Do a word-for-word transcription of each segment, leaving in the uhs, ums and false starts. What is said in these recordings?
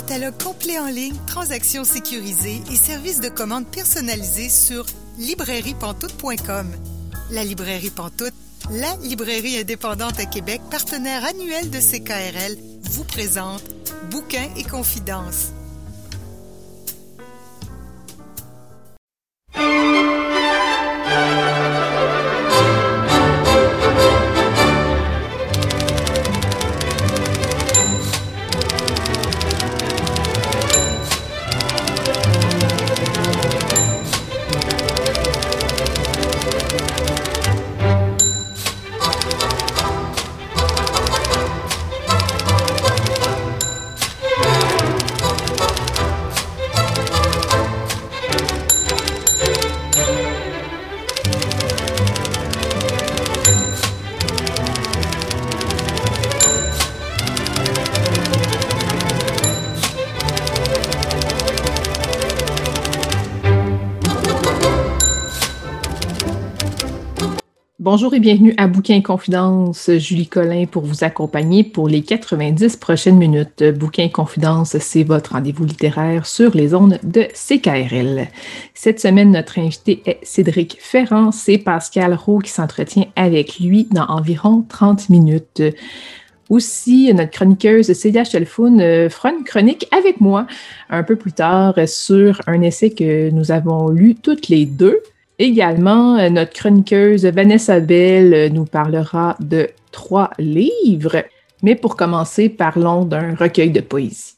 catalogue complet en ligne, transactions sécurisées et services de commande personnalisés sur librairie pantoute point com. La Librairie Pantoute, la librairie indépendante à Québec, partenaire annuel de C K R L, vous présente Bouquins et confidences. Bonjour et bienvenue à Bouquins et confidences. Julie Collin pour vous accompagner pour les quatre-vingt-dix prochaines minutes. Bouquins et confidences, c'est votre rendez-vous littéraire sur les ondes de C K R L. Cette semaine, notre invité est Cédric Ferrand. C'est Pascal Roux qui s'entretient avec lui dans environ trente minutes. Aussi, notre chroniqueuse Célia Chelfoun fera une chronique avec moi un peu plus tard sur un essai que nous avons lu toutes les deux. Également, notre chroniqueuse Vanessa Bell nous parlera de trois livres. Mais pour commencer, parlons d'un recueil de poésie.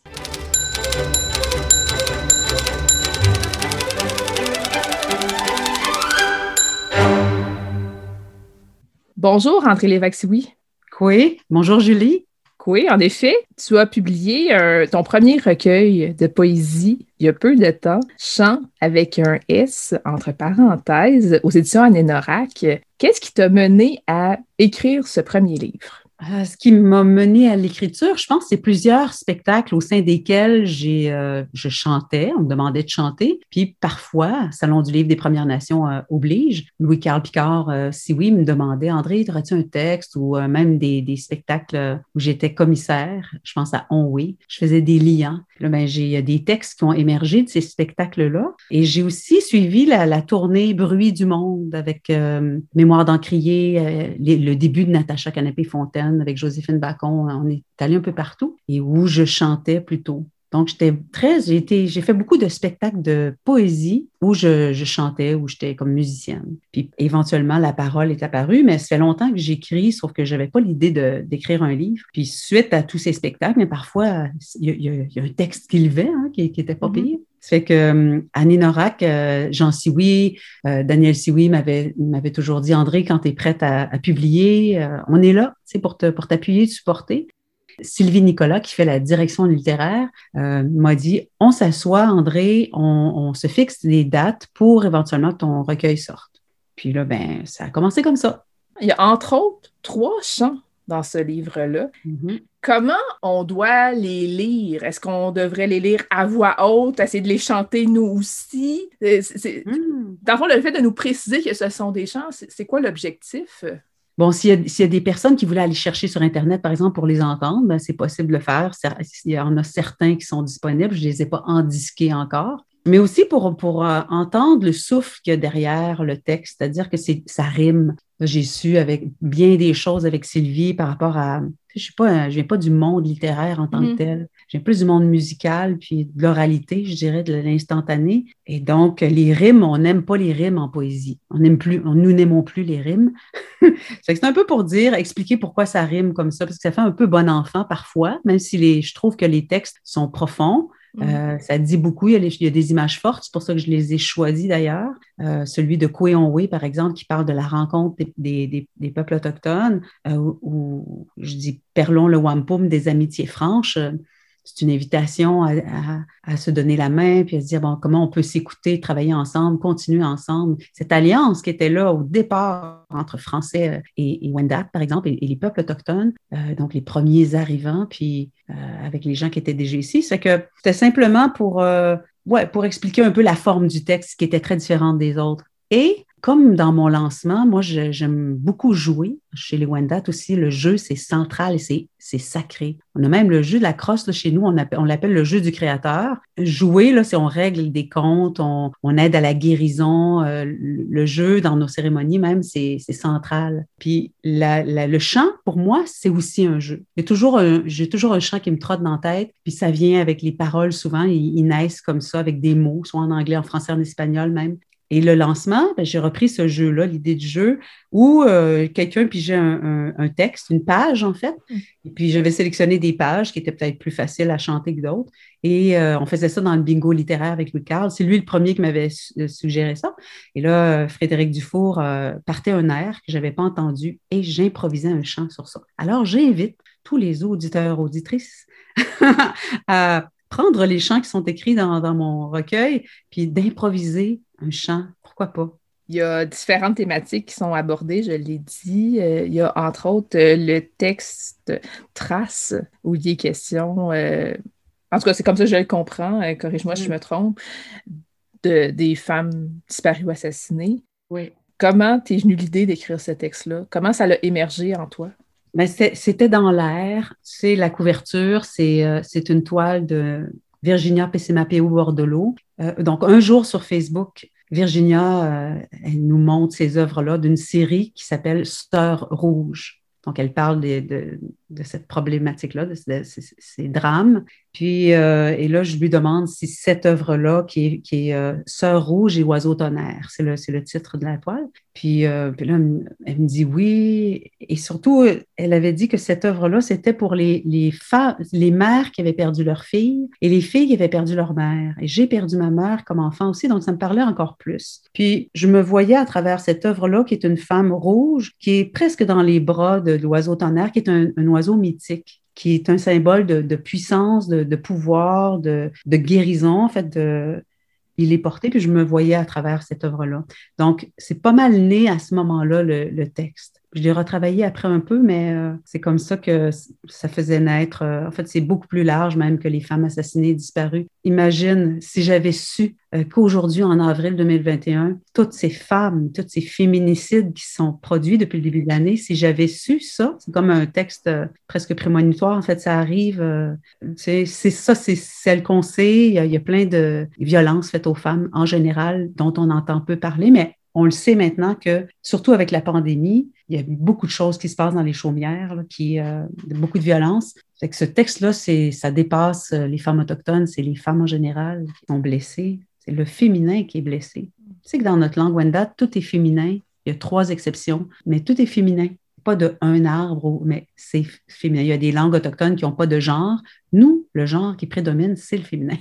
Bonjour, André Lévesque-Sioui. Oui, bonjour Julie. Oui, en effet, tu as publié un, ton premier recueil de poésie il y a peu de temps, Chant avec un S entre parenthèses, aux éditions Anénorac. Qu'est-ce qui t'a mené à écrire ce premier livre? Euh, ce qui m'a mené à l'écriture, je pense, c'est plusieurs spectacles au sein desquels j'ai, euh, je chantais, on me demandait de chanter. Puis parfois, Salon du livre des Premières Nations euh, oblige, Louis-Carl Picard, euh, si oui, me demandait, André, aurais-tu un texte ou euh, même des, des spectacles où j'étais commissaire, je pense à On Oui, je faisais des liants. Là, ben, j'ai des textes qui ont émergé de ces spectacles-là. Et j'ai aussi suivi la, la tournée Bruit du monde avec euh, Mémoire d'Encrier, euh, les, le début de Natacha Canapé-Fontaine, avec Joséphine Bacon, on est allé un peu partout, et où je chantais plutôt. Donc, j'étais très, j'ai été, j'ai fait beaucoup de spectacles de poésie où je, je chantais, où j'étais comme musicienne. Puis, éventuellement, la parole est apparue, mais ça fait longtemps que j'écris, sauf que j'avais pas l'idée de, d'écrire un livre. Puis, suite à tous ces spectacles, mais parfois, il y, y, y a un texte qui levait, hein, qui, qui était pas pire. Mm-hmm. Ça fait que euh, Anénorac, euh, Jean Sioui, euh, Daniel Sioui m'avait, m'avait toujours dit, André, quand tu es prête à, à publier, euh, on est là, tu sais, pour, te, pour t'appuyer, te supporter. Sylvie Nicolas, qui fait la direction littéraire, euh, m'a dit, on s'assoit, André, on, on se fixe des dates pour éventuellement que ton recueil sorte. Puis là, ben, ça a commencé comme ça. Il y a entre autres trois chants dans ce livre-là. Mm-hmm. Comment on doit les lire? Est-ce qu'on devrait les lire à voix haute, essayer de les chanter nous aussi? C'est, c'est, mm. Dans le fond, le fait de nous préciser que ce sont des chants, c'est, c'est quoi l'objectif? Bon, s'il y, a, s'il y a des personnes qui voulaient aller chercher sur Internet, par exemple, pour les entendre, ben, c'est possible de le faire. Il y en a certains qui sont disponibles. Je ne les ai pas endisqués encore. Mais aussi pour, pour euh, entendre le souffle qu'il y a derrière le texte, c'est-à-dire que c'est, ça rime. J'ai su avec bien des choses avec Sylvie par rapport à... Je suis pas, je viens pas du monde littéraire en tant mmh. que tel. Je viens plus du monde musical, puis de l'oralité, je dirais, de l'instantané. Et donc, les rimes, on n'aime pas les rimes en poésie. On n'aime plus, on, nous n'aimons plus les rimes. C'est un peu pour dire, expliquer pourquoi ça rime comme ça, parce que ça fait un peu bon enfant parfois, même si les, je trouve que les textes sont profonds. Mmh. Euh, ça dit beaucoup, il y, a les, il y a des images fortes, c'est pour ça que je les ai choisis d'ailleurs. Euh, celui de Kwe-on-we, par exemple, qui parle de la rencontre des, des, des, des peuples autochtones, euh, où, où je dis « Perlons le wampum des amitiés franches ». C'est une invitation à, à, à se donner la main, puis à se dire bon, comment on peut s'écouter, travailler ensemble, continuer ensemble. Cette alliance qui était là au départ entre Français et, et Wendat, par exemple, et, et les peuples autochtones, euh, donc les premiers arrivants, puis euh, avec les gens qui étaient déjà ici. C'est que c'était simplement pour, euh, ouais, pour expliquer un peu la forme du texte qui était très différente des autres. Et comme dans mon lancement, moi, je, j'aime beaucoup jouer. Chez les Wendat aussi, le jeu, c'est central et c'est, c'est sacré. On a même le jeu de la crosse, là, chez nous, on, appelle, on l'appelle le jeu du créateur. Jouer, là, c'est on règle des comptes, on, on aide à la guérison. Euh, le, le jeu, dans nos cérémonies même, c'est, c'est central. Puis la, la, le chant, pour moi, c'est aussi un jeu. Il y a toujours un, j'ai toujours un chant qui me trotte dans la tête, puis ça vient avec les paroles souvent. Ils, ils naissent comme ça, avec des mots, soit en anglais, en français, en espagnol même. Et le lancement, ben, j'ai repris ce jeu-là, l'idée du jeu, où euh, quelqu'un pigeait un, un, un texte, une page en fait, et puis j'avais sélectionné des pages qui étaient peut-être plus faciles à chanter que d'autres, et euh, on faisait ça dans le bingo littéraire avec Louis Carl. C'est lui le premier qui m'avait su- suggéré ça. Et là, Frédéric Dufour euh, partait un air que je n'avais pas entendu et j'improvisais un chant sur ça. Alors, j'invite tous les auditeurs, auditrices à prendre les chants qui sont écrits dans, dans mon recueil, puis d'improviser un chant, pourquoi pas? Il y a différentes thématiques qui sont abordées, je l'ai dit. Euh, il y a entre autres euh, le texte Trace, où il est question, euh, en tout cas c'est comme ça que je le comprends, euh, corrige-moi si je me trompe, de, des femmes disparues ou assassinées. Oui. Comment t'es venue l'idée d'écrire ce texte-là? Comment ça l'a émergé en toi? Ben, c'était, c'était dans l'air. C'est la couverture, c'est, euh, c'est une toile de Virginia Pessimapeu-Bordolo. Euh, donc, un jour sur Facebook, Virginia, euh, elle nous montre ces œuvres-là d'une série qui s'appelle Sœurs rouges. Donc, elle parle de, de, de cette problématique-là, de, de, de ces, ces drames. Puis, euh, et là, je lui demande si cette œuvre-là, qui est, qui est euh, Sœurs rouges et Oiseaux tonnerres, c'est le, c'est le titre de la toile. Puis, euh, puis là, elle me dit oui. Et surtout, elle avait dit que cette œuvre-là, c'était pour les, les, fa- les mères qui avaient perdu leur fille et les filles qui avaient perdu leur mère. Et j'ai perdu ma mère comme enfant aussi, donc ça me parlait encore plus. Puis, je me voyais à travers cette œuvre-là, qui est une femme rouge, qui est presque dans les bras de l'oiseau tonnerre, qui est un, un oiseau mythique, qui est un symbole de, de puissance, de, de pouvoir, de, de guérison, en fait, de... Il est porté, puis je me voyais à travers cette œuvre-là. Donc, c'est pas mal né à ce moment-là, le, le texte. Je l'ai retravaillé après un peu, mais euh, c'est comme ça que ça faisait naître. Euh, en fait, c'est beaucoup plus large même que les femmes assassinées, disparues. Imagine si j'avais su euh, qu'aujourd'hui, en avril deux mille vingt et un, toutes ces femmes, tous ces féminicides qui sont produits depuis le début de l'année, si j'avais su ça, c'est comme un texte euh, presque prémonitoire. En fait, ça arrive. Euh, c'est, c'est ça, c'est celle qu'on sait. Il y a, il y a plein de violences faites aux femmes en général dont on entend peu parler, mais on le sait maintenant que, surtout avec la pandémie, il y a beaucoup de choses qui se passent dans les chaumières, là, qui, euh, beaucoup de violence. Fait que ce texte-là, c'est, ça dépasse les femmes autochtones, c'est les femmes en général qui sont blessées. C'est le féminin qui est blessé. Tu sais que dans notre langue Wendat, tout est féminin. Il y a trois exceptions, mais tout est féminin. Pas de un arbre, mais c'est féminin. Il y a des langues autochtones qui n'ont pas de genre. Nous, le genre qui prédomine, c'est le féminin.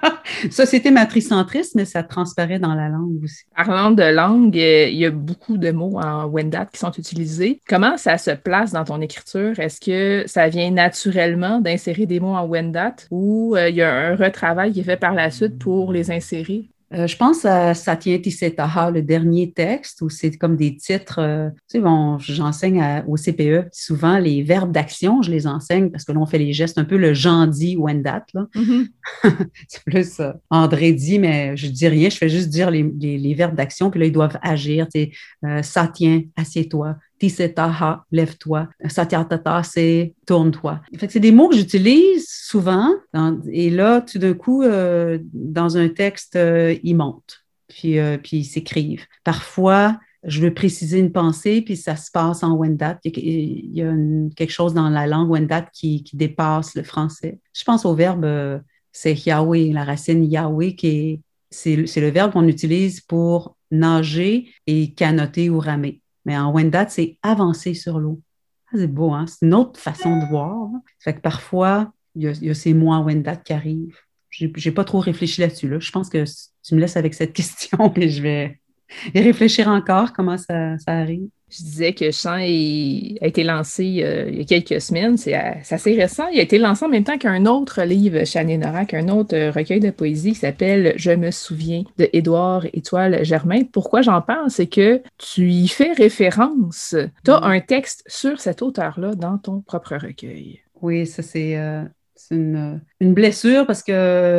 Ça, c'était matricentriste, mais ça transparaît dans la langue aussi. Parlant de langue, il y a beaucoup de mots en Wendat qui sont utilisés. Comment ça se place dans ton écriture? Est-ce que ça vient naturellement d'insérer des mots en Wendat ou euh, il y a un retravail qui est fait par la suite pour les insérer? Euh, je pense à Satien Tisetaha, le dernier texte, où c'est comme des titres. Euh, tu sais, bon, j'enseigne à, au C P E souvent les verbes d'action, je les enseigne parce que là, on fait les gestes un peu le Jean-dit Wendat, là. Mm-hmm. C'est plus euh, André dit, mais je dis rien, je fais juste dire les, les, les verbes d'action, puis là, ils doivent agir. Tu sais, euh, Satien, assieds-toi. Tisetaha, lève-toi. Satyatata, c'est tourne-toi. Fait que c'est des mots que j'utilise souvent. Dans, et là, tout d'un coup, euh, dans un texte, euh, ils montent, puis, euh, puis ils s'écrivent. Parfois, je veux préciser une pensée, puis ça se passe en Wendat. Il y a, il y a une, quelque chose dans la langue Wendat qui, qui dépasse le français. Je pense au verbe, euh, c'est Yahweh, la racine Yahweh, qui est, c'est, c'est le verbe qu'on utilise pour nager et canoter ou ramer. Mais en Wendat, c'est avancer sur l'eau. Ah, c'est beau, hein? C'est une autre façon de voir. Hein? Ça fait que parfois, il y a, il y a ces mots en Wendat qui arrivent. J'ai, j'ai pas trop réfléchi là-dessus. Là. Je pense que tu me laisses avec cette question, puis je vais y réfléchir encore comment ça, ça arrive. Je disais que Chant est, a été lancé euh, il y a quelques semaines. C'est, c'est assez récent. Il a été lancé en même temps qu'un autre livre, Chanée Norac, un autre euh, recueil de poésie qui s'appelle « Je me souviens » de Édouard Étoile Germain. Pourquoi j'en parle? C'est que tu y fais référence. Tu as mmh. un texte sur cet auteur-là dans ton propre recueil. Oui, ça c'est, euh, c'est une, une blessure parce que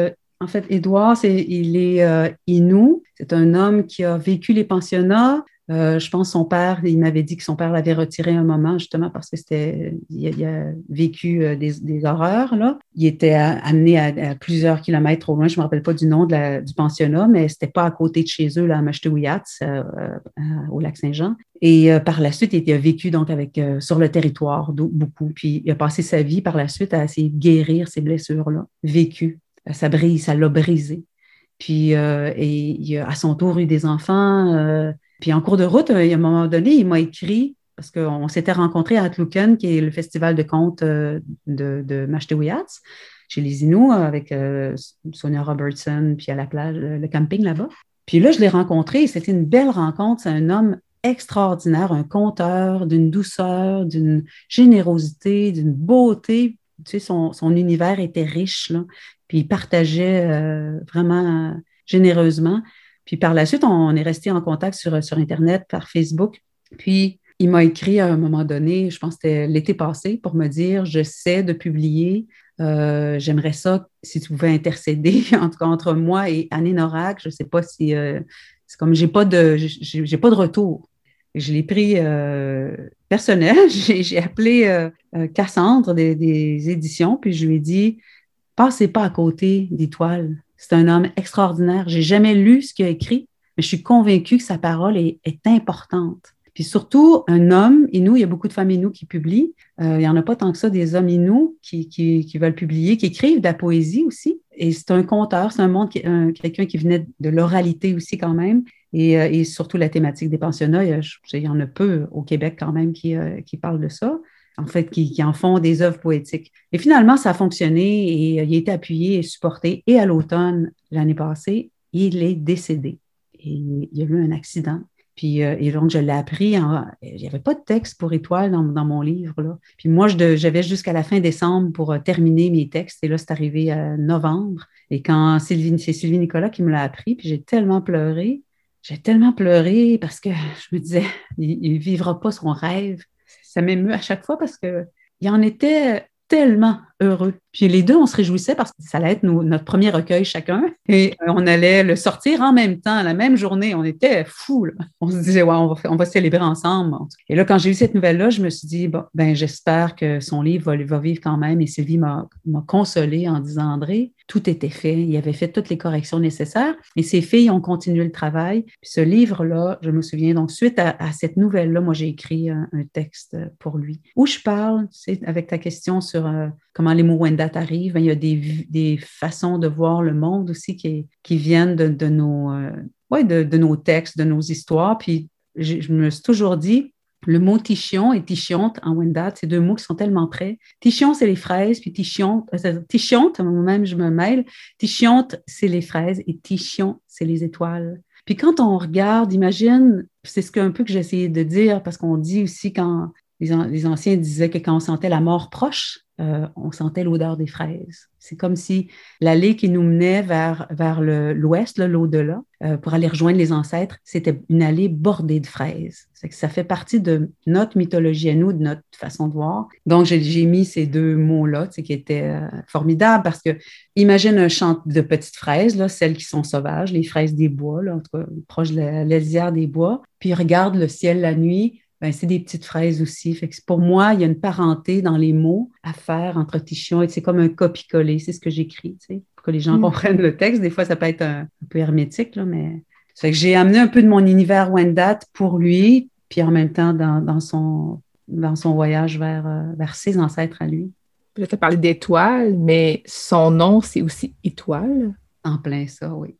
En fait, Édouard, c'est, il est euh, Innu. C'est un homme qui a vécu les pensionnats. Euh, je pense son père, il m'avait dit que son père l'avait retiré un moment, justement parce que c'était, il a, il a vécu euh, des, des horreurs, là. Il était à, amené à, à plusieurs kilomètres au loin. Je ne me rappelle pas du nom de la, du pensionnat, mais c'était pas à côté de chez eux, là, à Mashtouiats, euh, euh, au Lac-Saint-Jean. Et euh, par la suite, il a vécu donc avec, euh, sur le territoire beaucoup. Puis il a passé sa vie par la suite à essayer de guérir ces blessures-là, vécues. Ça brise, ça l'a brisé. Puis, euh, et il a à son tour eu des enfants. Euh, puis en cours de route, à un moment donné, il m'a écrit, parce qu'on s'était rencontrés à Atluken, qui est le festival de contes euh, de, de Mashtouiats, chez les Inuits, avec euh, Sonia Robertson, puis à la plage, le camping là-bas. Puis là, je l'ai rencontré, c'était une belle rencontre. C'est un homme extraordinaire, un conteur, d'une douceur, d'une générosité, d'une beauté. Tu sais, son, son univers était riche, là. Puis il partageait euh, vraiment euh, généreusement. Puis par la suite, on, on est resté en contact sur, sur Internet, par Facebook. Puis il m'a écrit à un moment donné, je pense que c'était l'été passé, pour me dire, je sais de publier, euh, j'aimerais ça, si tu pouvais intercéder, en tout cas entre moi et Anne Norac, je ne sais pas si, euh, c'est comme, j'ai pas de, j'ai, j'ai pas de retour. Je l'ai pris euh, personnel, j'ai, j'ai appelé euh, Cassandre des, des éditions, puis je lui ai dit, passez pas à côté d'Étoile. C'est un homme extraordinaire. J'ai jamais lu ce qu'il a écrit, mais je suis convaincue que sa parole est, est importante. Puis surtout, un homme Innu, il y a beaucoup de femmes Innu qui publient. Euh, il n'y en a pas tant que ça des hommes Innu qui, qui, qui veulent publier, qui écrivent de la poésie aussi. Et c'est un conteur, c'est un monde, qui, un, quelqu'un qui venait de l'oralité aussi quand même. Et, euh, et surtout la thématique des pensionnats, il y, a, il y en a peu au Québec quand même qui, euh, qui parlent de ça. En fait, qui, qui en font des œuvres poétiques. Et finalement, ça a fonctionné et il a été appuyé et supporté. Et à l'automne, l'année passée, il est décédé. Et il y a eu un accident. Puis, euh, et donc, je l'ai appris. En, il n'y avait pas de texte pour Étoile dans, dans mon livre, là. Puis moi, je, j'avais jusqu'à la fin décembre pour euh, terminer mes textes. Et là, c'est arrivé à novembre. Et quand Sylvie, c'est Sylvie Nicolas qui me l'a appris, puis j'ai tellement pleuré. J'ai tellement pleuré parce que je me disais, il ne vivra pas son rêve. Ça m'émeut à chaque fois parce qu'il en était tellement heureux. Puis les deux, on se réjouissait parce que ça allait être nos, notre premier recueil chacun. Et on allait le sortir en même temps, la même journée. On était fous, là. On se disait, ouais, on va, on va célébrer ensemble. Et là, quand j'ai eu cette nouvelle-là, je me suis dit, bon, ben, j'espère que son livre va, va vivre quand même. Et Sylvie m'a, m'a consolée en disant, André, tout était fait. Il avait fait toutes les corrections nécessaires. Et ses filles ont continué le travail. Puis ce livre-là, je me souviens, donc suite à, à cette nouvelle-là, moi, j'ai écrit un, un texte pour lui où je parle, tu sais, avec ta question sur euh, comment les mots Wendat arrivent, ben, il y a des, des façons de voir le monde aussi qui, qui viennent de, de, nos, euh, ouais, de, de nos textes, de nos histoires. Puis je, je me suis toujours dit, le mot tichion et tichionte en Wendat, c'est deux mots qui sont tellement près. Tichion, c'est les fraises, puis tichionte, euh, tichionte, moi-même je me mêle, tichionte, c'est les fraises et tichion, c'est les étoiles. Puis quand on regarde, imagine, c'est ce qu'un peu que j'ai essayé de dire, parce qu'on dit aussi quand les, an- les anciens disaient que quand on sentait la mort proche, euh, on sentait l'odeur des fraises. C'est comme si l'allée qui nous menait vers, vers le, l'ouest, là, l'au-delà, euh, pour aller rejoindre les ancêtres, c'était une allée bordée de fraises. C'est que ça fait partie de notre mythologie à nous, de notre façon de voir. Donc, j'ai, j'ai mis ces deux mots-là, tu sais, qui étaient euh, formidables parce que imagine un champ de petites fraises, là, celles qui sont sauvages, les fraises des bois, là, en tout cas, proche de la, la lisière des bois, puis regarde le ciel la nuit. Ben, c'est des petites fraises aussi. Fait que pour moi, il y a une parenté dans les mots à faire entre Tichion et c'est comme un copie-coller. C'est ce que j'écris, tu sais, pour que les gens mm. comprennent le texte. Des fois, ça peut être un, un peu hermétique, là, mais fait que j'ai amené un peu de mon univers Wendat pour lui, puis en même temps dans, dans, son, dans son voyage vers, euh, vers ses ancêtres à lui. Je t'ai parlé d'étoile, mais son nom, c'est aussi Étoile. En plein ça, oui.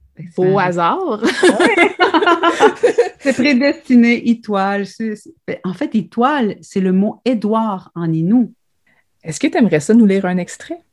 Au hasard. C'est prédestiné, étoile. C'est, c'est... En fait, étoile, c'est le mot Édouard en Innu. Est-ce que tu aimerais ça nous lire un extrait?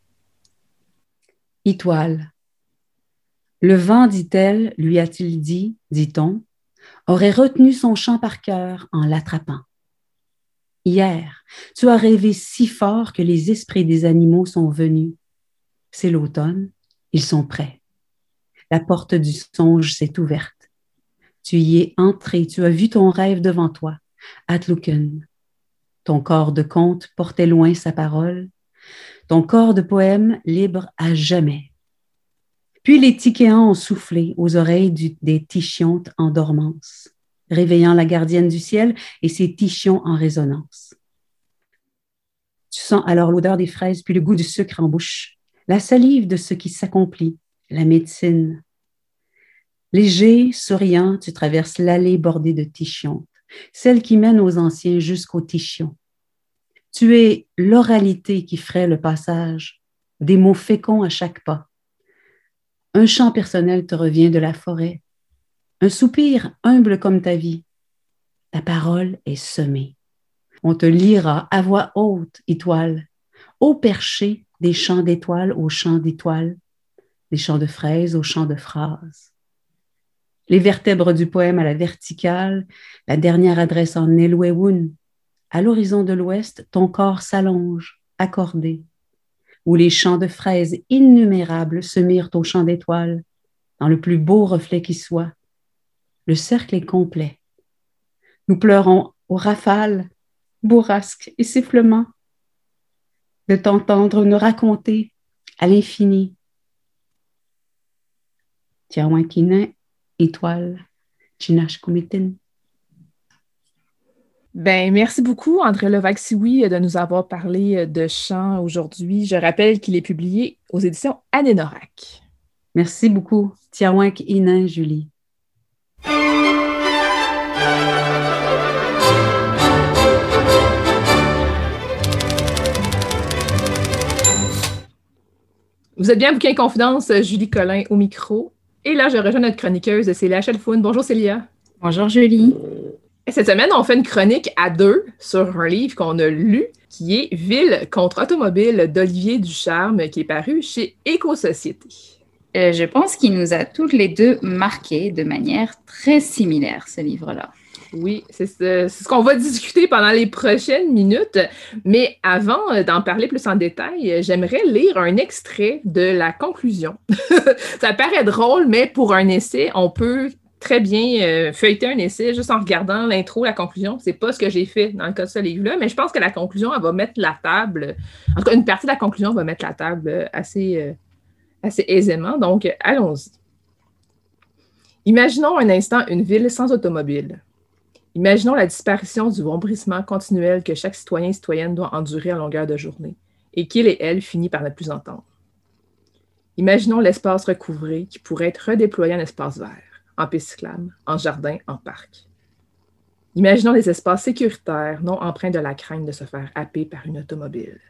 Étoile. Le vent, dit-elle, lui a-t-il dit, dit-on, aurait retenu son chant par cœur en l'attrapant. Hier, tu as rêvé si fort que les esprits des animaux sont venus. C'est l'automne, ils sont prêts. La porte du songe s'est ouverte. Tu y es entré, tu as vu ton rêve devant toi, Atluken. Ton corps de conte portait loin sa parole, ton corps de poème libre à jamais. Puis les Tichéens ont soufflé aux oreilles du, des Tichiontes en dormance, réveillant la gardienne du ciel et ses Tichions en résonance. Tu sens alors l'odeur des fraises, puis le goût du sucre en bouche, la salive de ce qui s'accomplit, la médecine. Léger, souriant, tu traverses l'allée bordée de Tichiontes, celle qui mène aux anciens jusqu'aux Tichions. Tu es l'oralité qui fraie le passage, des mots féconds à chaque pas. Un chant personnel te revient de la forêt, un soupir humble comme ta vie. Ta parole est semée. On te lira à voix haute, étoile, au perché des chants d'étoiles aux chants d'étoiles, des chants de fraises aux chants de phrases. Les vertèbres du poème à la verticale, la dernière adresse en Nelwewun. À l'horizon de l'ouest, ton corps s'allonge, accordé, où les champs de fraises innumérables se mirent aux champs d'étoiles, dans le plus beau reflet qui soit. Le cercle est complet. Nous pleurons aux rafales, bourrasques et sifflements, de t'entendre nous raconter à l'infini. Tiawankina, étoile, Chinash Kumitin. Ben, merci beaucoup, André Levac-Sioui, de nous avoir parlé de chant aujourd'hui. Je rappelle qu'il est publié aux éditions Anénorak. Merci beaucoup. Tiawank Ina, Julie. Vous êtes bien à Bouquin Confidence, Julie Collin au micro. Et là, je rejoins notre chroniqueuse, Célia Chalfoun. Bonjour, Célia. Bonjour, Julie. Cette semaine, on fait une chronique à deux sur un livre qu'on a lu, qui est « Ville contre automobile » d'Olivier Ducharme, qui est paru chez Éco-Société. Euh, je pense qu'il nous a toutes les deux marqués de manière très similaire, ce livre-là. Oui, c'est ce, c'est ce qu'on va discuter pendant les prochaines minutes. Mais avant d'en parler plus en détail, j'aimerais lire un extrait de la conclusion. Ça paraît drôle, mais pour un essai, on peut très bien euh, feuilleter un essai juste en regardant l'intro, la conclusion. C'est pas ce que j'ai fait dans le cas de ce livre-là, mais je pense que la conclusion, elle va mettre la table. En tout cas, une partie de la conclusion va mettre la table assez, euh, assez aisément. Donc, allons-y. Imaginons un instant une ville sans automobile. Imaginons la disparition du vombrissement continuel que chaque citoyen et citoyenne doit endurer à longueur de journée et qu'il et elle finit par ne plus entendre. Imaginons l'espace recouvré qui pourrait être redéployé en espace vert, en piste cyclable, en jardin, en parc. Imaginons les espaces sécuritaires non empreints de la crainte de se faire happer par une automobile.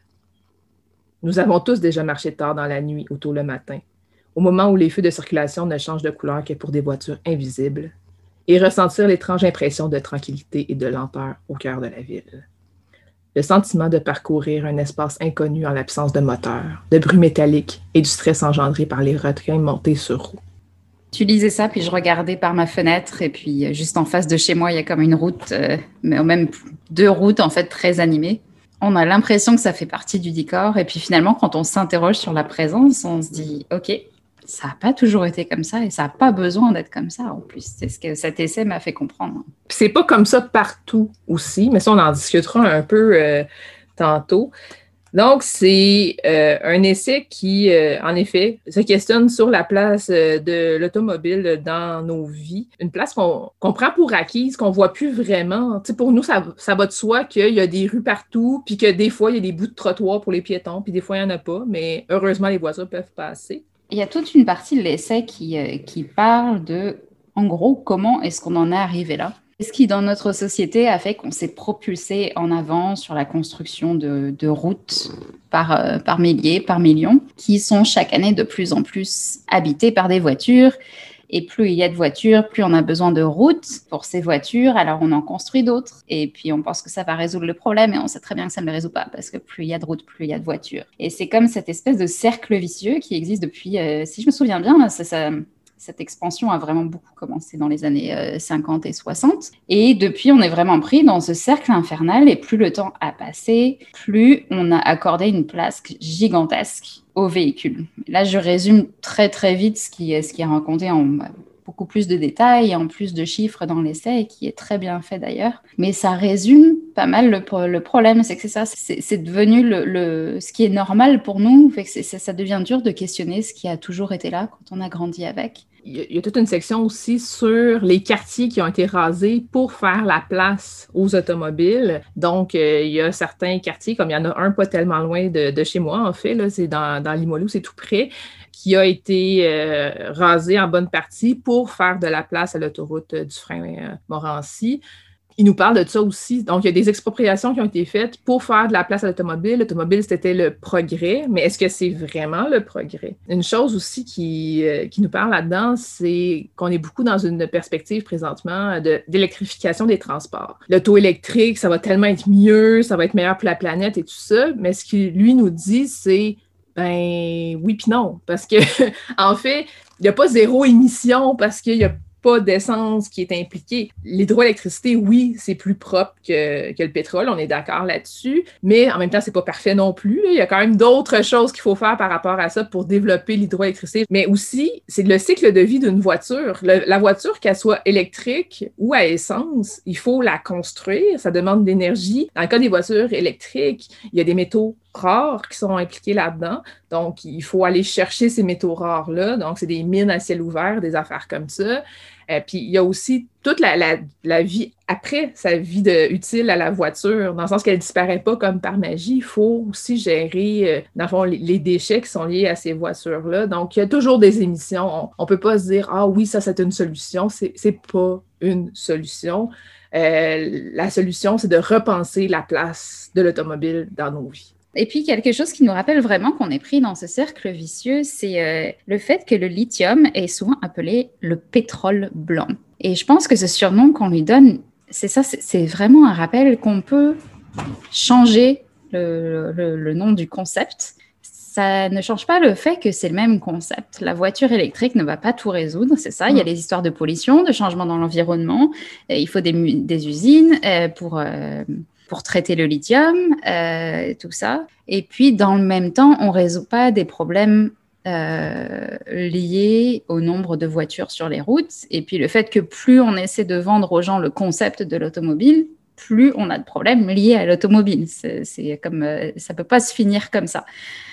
Nous avons tous déjà marché tard dans la nuit ou tôt le matin, au moment où les feux de circulation ne changent de couleur que pour des voitures invisibles, et ressentir l'étrange impression de tranquillité et de lenteur au cœur de la ville. Le sentiment de parcourir un espace inconnu en l'absence de moteur, de bruit métallique et du stress engendré par les requins montés sur roues. Tu lisais ça, puis je regardais par ma fenêtre, et puis juste en face de chez moi, il y a comme une route, euh, mais même deux routes en fait très animées. On a l'impression que ça fait partie du décor, et puis finalement, quand on s'interroge sur la présence, on se dit « Ok, ça n'a pas toujours été comme ça et ça n'a pas besoin d'être comme ça en plus. » C'est ce que cet essai m'a fait comprendre. C'est pas comme ça partout aussi, mais ça, on en discutera un peu euh, tantôt. Donc, c'est euh, un essai qui, euh, en effet, se questionne sur la place euh, de l'automobile dans nos vies. Une place qu'on, qu'on prend pour acquise, qu'on ne voit plus vraiment. Tu sais, pour nous, ça, ça va de soi qu'il y a des rues partout, puis que des fois, il y a des bouts de trottoir pour les piétons, puis des fois, il n'y en a pas. Mais heureusement, les voitures peuvent passer. Il y a toute une partie de l'essai qui, euh, qui parle de, en gros, comment est-ce qu'on en est arrivé là. Ce qui, dans notre société, a fait qu'on s'est propulsé en avant sur la construction de, de routes par, euh, par milliers, par millions, qui sont chaque année de plus en plus habitées par des voitures. Et plus il y a de voitures, plus on a besoin de routes pour ces voitures, alors on en construit d'autres. Et puis on pense que ça va résoudre le problème, et on sait très bien que ça ne le résout pas, parce que plus il y a de routes, plus il y a de voitures. Et c'est comme cette espèce de cercle vicieux qui existe depuis, euh, si je me souviens bien, là, ça... ça Cette expansion a vraiment beaucoup commencé dans les années euh, cinquante et soixante. Et depuis, on est vraiment pris dans ce cercle infernal. Et plus le temps a passé, plus on a accordé une place gigantesque aux véhicules. Là, je résume très, très vite ce qui, ce qui est raconté en beaucoup plus de détails, en plus de chiffres dans l'essai, qui est très bien fait d'ailleurs. Mais ça résume pas mal le, le problème, c'est que c'est ça, c'est, c'est devenu le, le, ce qui est normal pour nous, fait que c'est, ça devient dur de questionner ce qui a toujours été là quand on a grandi avec. Il y, a, il y a toute une section aussi sur les quartiers qui ont été rasés pour faire la place aux automobiles. Donc, euh, il y a certains quartiers, comme il y en a un pas tellement loin de, de chez moi, en fait, là, c'est dans, dans Limoilou, c'est tout près, qui a été euh, rasé en bonne partie pour faire de la place à l'autoroute euh, Dufresne-Morancy. Il nous parle de ça aussi. Donc, il y a des expropriations qui ont été faites pour faire de la place à l'automobile. L'automobile, c'était le progrès, mais est-ce que c'est vraiment le progrès? Une chose aussi qui, euh, qui nous parle là-dedans, c'est qu'on est beaucoup dans une perspective présentement de, d'électrification des transports. L'auto électrique, ça va tellement être mieux, ça va être meilleur pour la planète et tout ça, mais ce qu'il lui nous dit, c'est ben oui puis non, parce que en fait, il n'y a pas zéro émission parce qu'il y a pas d'essence qui est impliquée. L'hydroélectricité, oui, c'est plus propre que, que le pétrole, on est d'accord là-dessus, mais en même temps, c'est pas parfait non plus. Il y a quand même d'autres choses qu'il faut faire par rapport à ça pour développer l'hydroélectricité. Mais aussi, c'est le cycle de vie d'une voiture. Le, la voiture, qu'elle soit électrique ou à essence, il faut la construire, ça demande de l'énergie. Dans le cas des voitures électriques, il y a des métaux rares qui sont impliqués là-dedans. Donc, il faut aller chercher ces métaux rares-là. Donc, c'est des mines à ciel ouvert, des affaires comme ça. Euh, puis, il y a aussi toute la, la, la vie après sa vie de, utile à la voiture, dans le sens qu'elle ne disparaît pas comme par magie. Il faut aussi gérer, euh, dans le fond, les, les déchets qui sont liés à ces voitures-là. Donc, il y a toujours des émissions. On ne peut pas se dire « Ah oui, ça, c'est une solution. » C'est, c'est pas une solution. Euh, la solution, c'est de repenser la place de l'automobile dans nos vies. Et puis, quelque chose qui nous rappelle vraiment qu'on est pris dans ce cercle vicieux, c'est euh, le fait que le lithium est souvent appelé le pétrole blanc. Et je pense que ce surnom qu'on lui donne, c'est ça, c'est, c'est vraiment un rappel qu'on peut changer le, le, le nom du concept. Ça ne change pas le fait que c'est le même concept. La voiture électrique ne va pas tout résoudre, c'est ça. Mmh. Il y a les histoires de pollution, de changement dans l'environnement. Il faut des, des usines euh, pour... Euh, pour traiter le lithium, euh, tout ça. Et puis, dans le même temps, on ne résout pas des problèmes euh, liés au nombre de voitures sur les routes. Et puis, le fait que plus on essaie de vendre aux gens le concept de l'automobile, plus on a de problèmes liés à l'automobile. C'est, c'est comme, euh, ça ne peut pas se finir comme ça.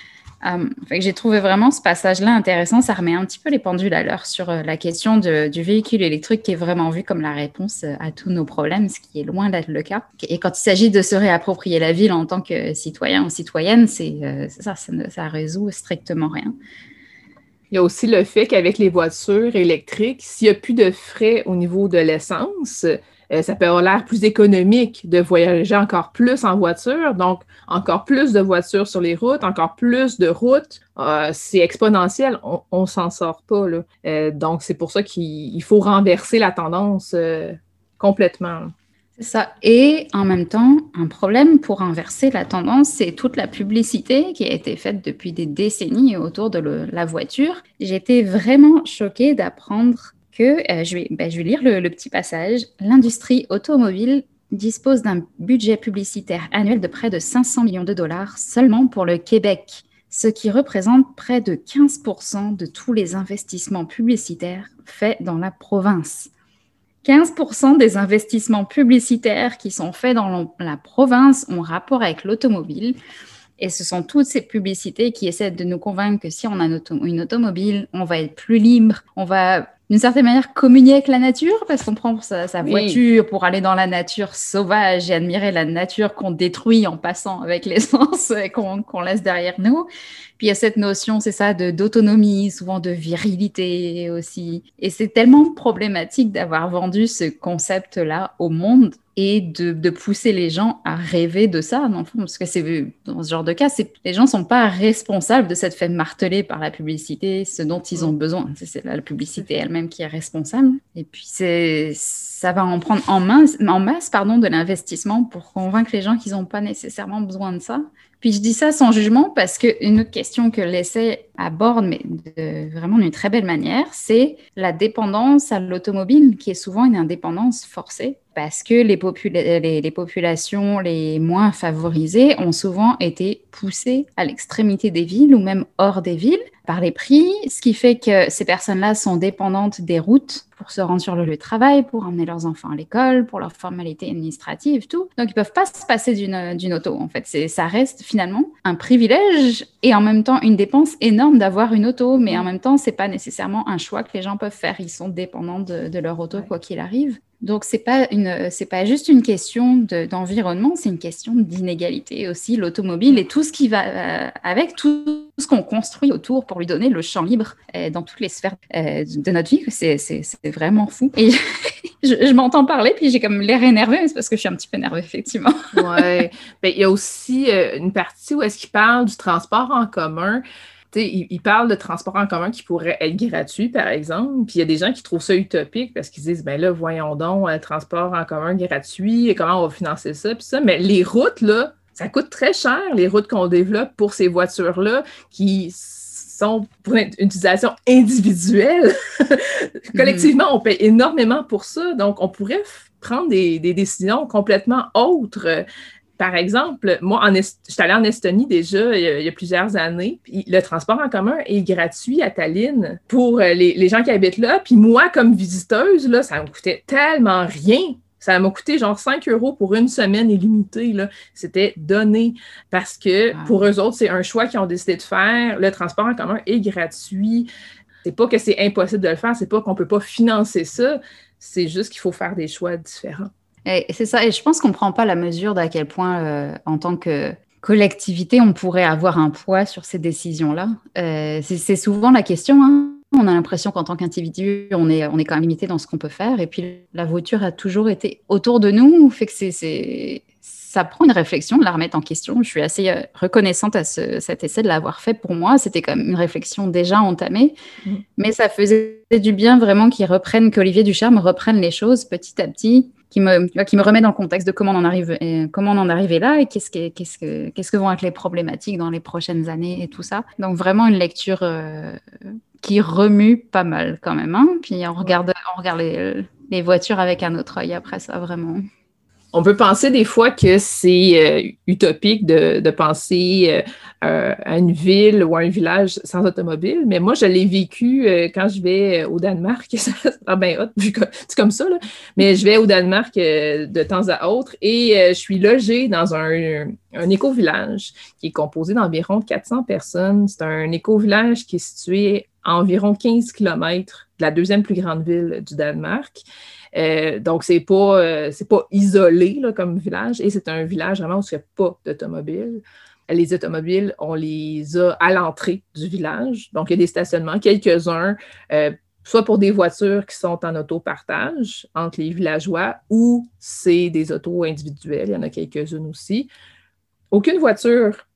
Um, fait que j'ai trouvé vraiment ce passage-là intéressant. Ça remet un petit peu les pendules à l'heure sur euh, la question de, du véhicule électrique qui est vraiment vu comme la réponse euh, à tous nos problèmes, ce qui est loin d'être le cas. Et quand il s'agit de se réapproprier la ville en tant que citoyen ou citoyenne, c'est, euh, c'est ça, ça ne ça résout strictement rien. Il y a aussi le fait qu'avec les voitures électriques, s'il n'y a plus de frais au niveau de l'essence, Euh, ça peut avoir l'air plus économique de voyager encore plus en voiture, donc encore plus de voitures sur les routes, encore plus de routes. Euh, c'est exponentiel, on ne s'en sort pas, là. Euh, donc, c'est pour ça qu'il faut renverser la tendance euh, complètement. C'est ça. Et en même temps, un problème pour inverser la tendance, c'est toute la publicité qui a été faite depuis des décennies autour de le, la voiture. J'ai été vraiment choquée d'apprendre que, euh, je, vais, ben, je vais lire le, le petit passage. L'industrie automobile dispose d'un budget publicitaire annuel de près de cinq cents millions de dollars seulement pour le Québec, ce qui représente près de quinze pour cent de tous les investissements publicitaires faits dans la province. quinze pour cent des investissements publicitaires qui sont faits dans la province ont rapport avec l'automobile. Et ce sont toutes ces publicités qui essaient de nous convaincre que si on a une, auto- une automobile, on va être plus libre, on va d'une certaine manière communier avec la nature parce qu'on prend sa, sa voiture oui. pour aller dans la nature sauvage et admirer la nature qu'on détruit en passant avec l'essence qu'on, qu'on laisse derrière nous. Puis il y a cette notion, c'est ça, de, d'autonomie, souvent de virilité aussi. Et c'est tellement problématique d'avoir vendu ce concept-là au monde et de, de pousser les gens à rêver de ça, dans le fond, parce que c'est, dans ce genre de cas, c'est, les gens ne sont pas responsables de cette fait marteler par la publicité, ce dont ils ont besoin. C'est, c'est la, la publicité elle-même qui est responsable. Et puis, c'est, ça va en prendre en masse, en masse pardon, de l'investissement pour convaincre les gens qu'ils n'ont pas nécessairement besoin de ça. Puis je dis ça sans jugement parce qu'une autre question que l'essai aborde, mais de, vraiment d'une très belle manière, c'est la dépendance à l'automobile, qui est souvent une indépendance forcée, parce que les, popula- les, les populations les moins favorisées ont souvent été poussées à l'extrémité des villes ou même hors des villes par les prix, ce qui fait que ces personnes-là sont dépendantes des routes pour se rendre sur le lieu de travail, pour emmener leurs enfants à l'école, pour leurs formalités administratives, tout. Donc, ils peuvent pas se passer d'une, d'une auto, en fait. C'est, ça reste finalement un privilège et en même temps une dépense énorme d'avoir une auto, mais en même temps, c'est pas nécessairement un choix que les gens peuvent faire. Ils sont dépendants de, de leur auto, ouais. Quoi qu'il arrive. Donc, c'est pas une, c'est pas juste une question de, d'environnement, c'est une question d'inégalité aussi, l'automobile et tout ce qui va euh, avec, tout ce qu'on construit autour pour lui donner le champ libre euh, dans toutes les sphères euh, de notre vie. C'est, c'est, c'est vraiment fou. Et je, je m'entends parler, puis j'ai comme l'air énervée, mais c'est parce que je suis un petit peu énervée, effectivement. Oui. Ben, il y a aussi euh, une partie où est-ce qu'il parle du transport en commun. Il, il parle de transport en commun qui pourrait être gratuit, par exemple, puis il y a des gens qui trouvent ça utopique parce qu'ils disent, ben là, voyons donc, le transport en commun gratuit, comment on va financer ça, puis ça, mais les routes, là, ça coûte très cher, les routes qu'on développe pour ces voitures-là, qui sont pour une utilisation individuelle. Collectivement, on paye énormément pour ça, donc on pourrait f- prendre des, des décisions complètement autres. Par exemple, moi, en Est- je suis allée en Estonie déjà il y, a, il y a plusieurs années. Puis le transport en commun est gratuit à Tallinn pour les, les gens qui habitent là. Puis moi, comme visiteuse, là, ça me coûtait tellement rien. Ça m'a coûté genre cinq euros pour une semaine illimitée. Là. C'était donné parce que wow. Pour eux autres, c'est un choix qu'ils ont décidé de faire. Le transport en commun est gratuit. C'est pas que c'est impossible de le faire. C'est pas qu'on peut pas financer ça. C'est juste qu'il faut faire des choix différents. Et c'est ça, et je pense qu'on ne prend pas la mesure d'à quel point, euh, en tant que collectivité, on pourrait avoir un poids sur ces décisions-là. Euh, c'est, c'est souvent la question, hein. On a l'impression qu'en tant qu'individu, on est, on est quand même limité dans ce qu'on peut faire, et puis la voiture a toujours été autour de nous, fait que c'est, c'est, ça prend une réflexion de la remettre en question. Je suis assez euh, reconnaissante à ce, cet essai de l'avoir fait pour moi. C'était quand même une réflexion déjà entamée, mmh. Mais ça faisait du bien vraiment qu'ils reprennent, qu'Olivier Ducharme reprenne les choses petit à petit, qui me, qui me remet dans le contexte de comment on en arrive, et comment on en arrivait là et qu'est-ce que, qu'est-ce, que, qu'est-ce que vont être les problématiques dans les prochaines années et tout ça. Donc vraiment une lecture euh, qui remue pas mal quand même. Hein. Puis on regarde, on regarde les, les voitures avec un autre œil après ça, vraiment. On peut penser des fois que c'est euh, utopique de, de penser euh, à une ville ou à un village sans automobile, mais moi, je l'ai vécu euh, quand je vais au Danemark. Ah ben hot, c'est comme ça, là. Mais je vais au Danemark euh, de temps à autre et euh, je suis logée dans un, un éco-village qui est composé d'environ quatre cents personnes. C'est un éco-village qui est situé à environ quinze kilomètres de la deuxième plus grande ville du Danemark. Euh, donc, c'est pas, euh, c'est pas isolé là, comme village et c'est un village vraiment où il n'y a pas d'automobile. Les automobiles, on les a à l'entrée du village. Donc, il y a des stationnements, quelques-uns, euh, soit pour des voitures qui sont en autopartage entre les villageois ou c'est des autos individuelles. Il y en a quelques-unes aussi. Aucune voiture,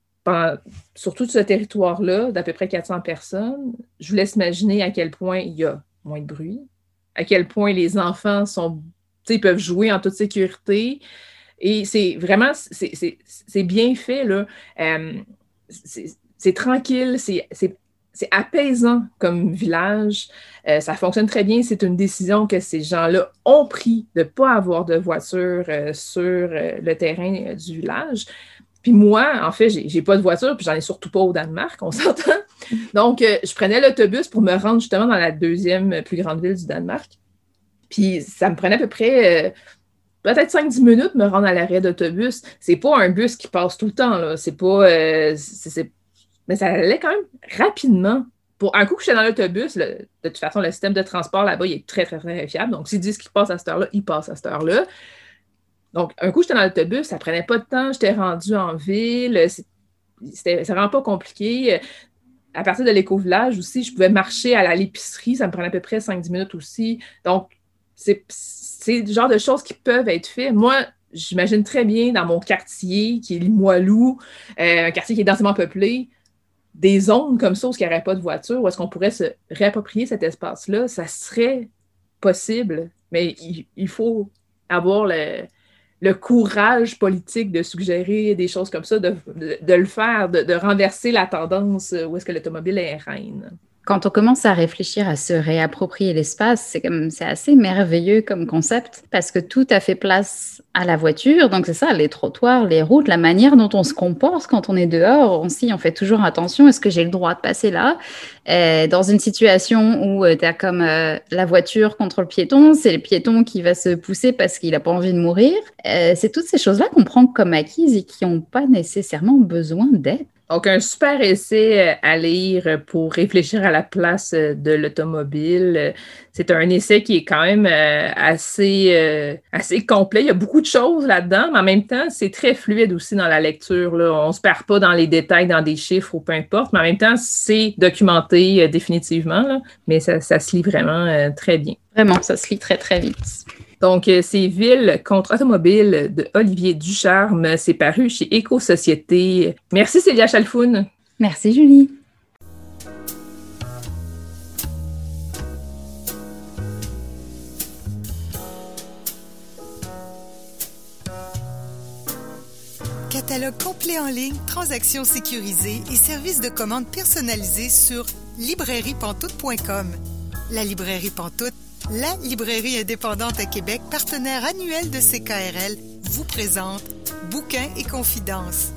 sur tout ce territoire-là, d'à peu près quatre cents personnes. Je vous laisse imaginer à quel point il y a moins de bruit, à quel point les enfants sont, peuvent jouer en toute sécurité. Et c'est vraiment, c'est, c'est, c'est bien fait, là. Euh, c'est, c'est tranquille, c'est, c'est, c'est apaisant comme village. Euh, ça fonctionne très bien. C'est une décision que ces gens-là ont pris de ne pas avoir de voiture euh, sur euh, le terrain euh, du village. Puis moi, en fait, j'ai, j'ai pas de voiture, puis j'en ai surtout pas au Danemark, on s'entend. Donc, euh, je prenais l'autobus pour me rendre justement dans la deuxième plus grande ville du Danemark. Puis ça me prenait à peu près euh, peut-être cinq dix minutes me rendre à l'arrêt d'autobus. C'est pas un bus qui passe tout le temps, là. C'est pas... Euh, c'est, c'est... Mais ça allait quand même rapidement. Pour un coup que j'étais dans l'autobus, le, de toute façon, le système de transport là-bas, il est très, très, très fiable. Donc, s'ils disent qu'il passe à cette heure-là, il passe à cette heure-là. Donc, un coup, j'étais dans l'autobus, ça prenait pas de temps, j'étais rendue en ville, c'était, c'était vraiment pas compliqué. À partir de l'éco-village aussi, je pouvais marcher à l'épicerie, ça me prenait à peu près cinq dix minutes aussi. Donc, c'est, c'est le genre de choses qui peuvent être faites. Moi, j'imagine très bien dans mon quartier, qui est Limoilou, euh, un quartier qui est densément peuplé, des zones comme ça où il n'y aurait pas de voiture, où est-ce qu'on pourrait se réapproprier cet espace-là, ça serait possible, mais il, il faut avoir le... le courage politique de suggérer des choses comme ça, de, de, de le faire, de, de renverser la tendance où est-ce que l'automobile est reine. Quand on commence à réfléchir à se réapproprier l'espace, c'est comme, c'est assez merveilleux comme concept parce que tout a fait place à la voiture. Donc, c'est ça, les trottoirs, les routes, la manière dont on se comporte quand on est dehors. On, si, on fait toujours attention. Est-ce que j'ai le droit de passer là? Euh, dans une situation où euh, tu as comme euh, la voiture contre le piéton, c'est le piéton qui va se pousser parce qu'il n'a pas envie de mourir. Euh, c'est toutes ces choses-là qu'on prend comme acquises et qui n'ont pas nécessairement besoin d'aide. Donc, un super essai à lire pour réfléchir à la place de l'automobile. C'est un essai qui est quand même assez, assez complet. Il y a beaucoup de choses là-dedans, mais en même temps, c'est très fluide aussi dans la lecture, là. On ne se perd pas dans les détails, dans des chiffres ou peu importe, mais en même temps, c'est documenté définitivement, là. Mais ça, ça se lit vraiment très bien. Vraiment, ça se lit très, très vite. Donc, c'est Ville contre automobile de Olivier Ducharme. C'est paru chez Éco-Société. Merci Célia Chalfoun. Merci Julie. Catalogue complet en ligne, transactions sécurisées et services de commande personnalisés sur librairie pantoute point com. La librairie Pantoute, la librairie indépendante à Québec, partenaire annuel de C K R L, vous présente Bouquins et confidences.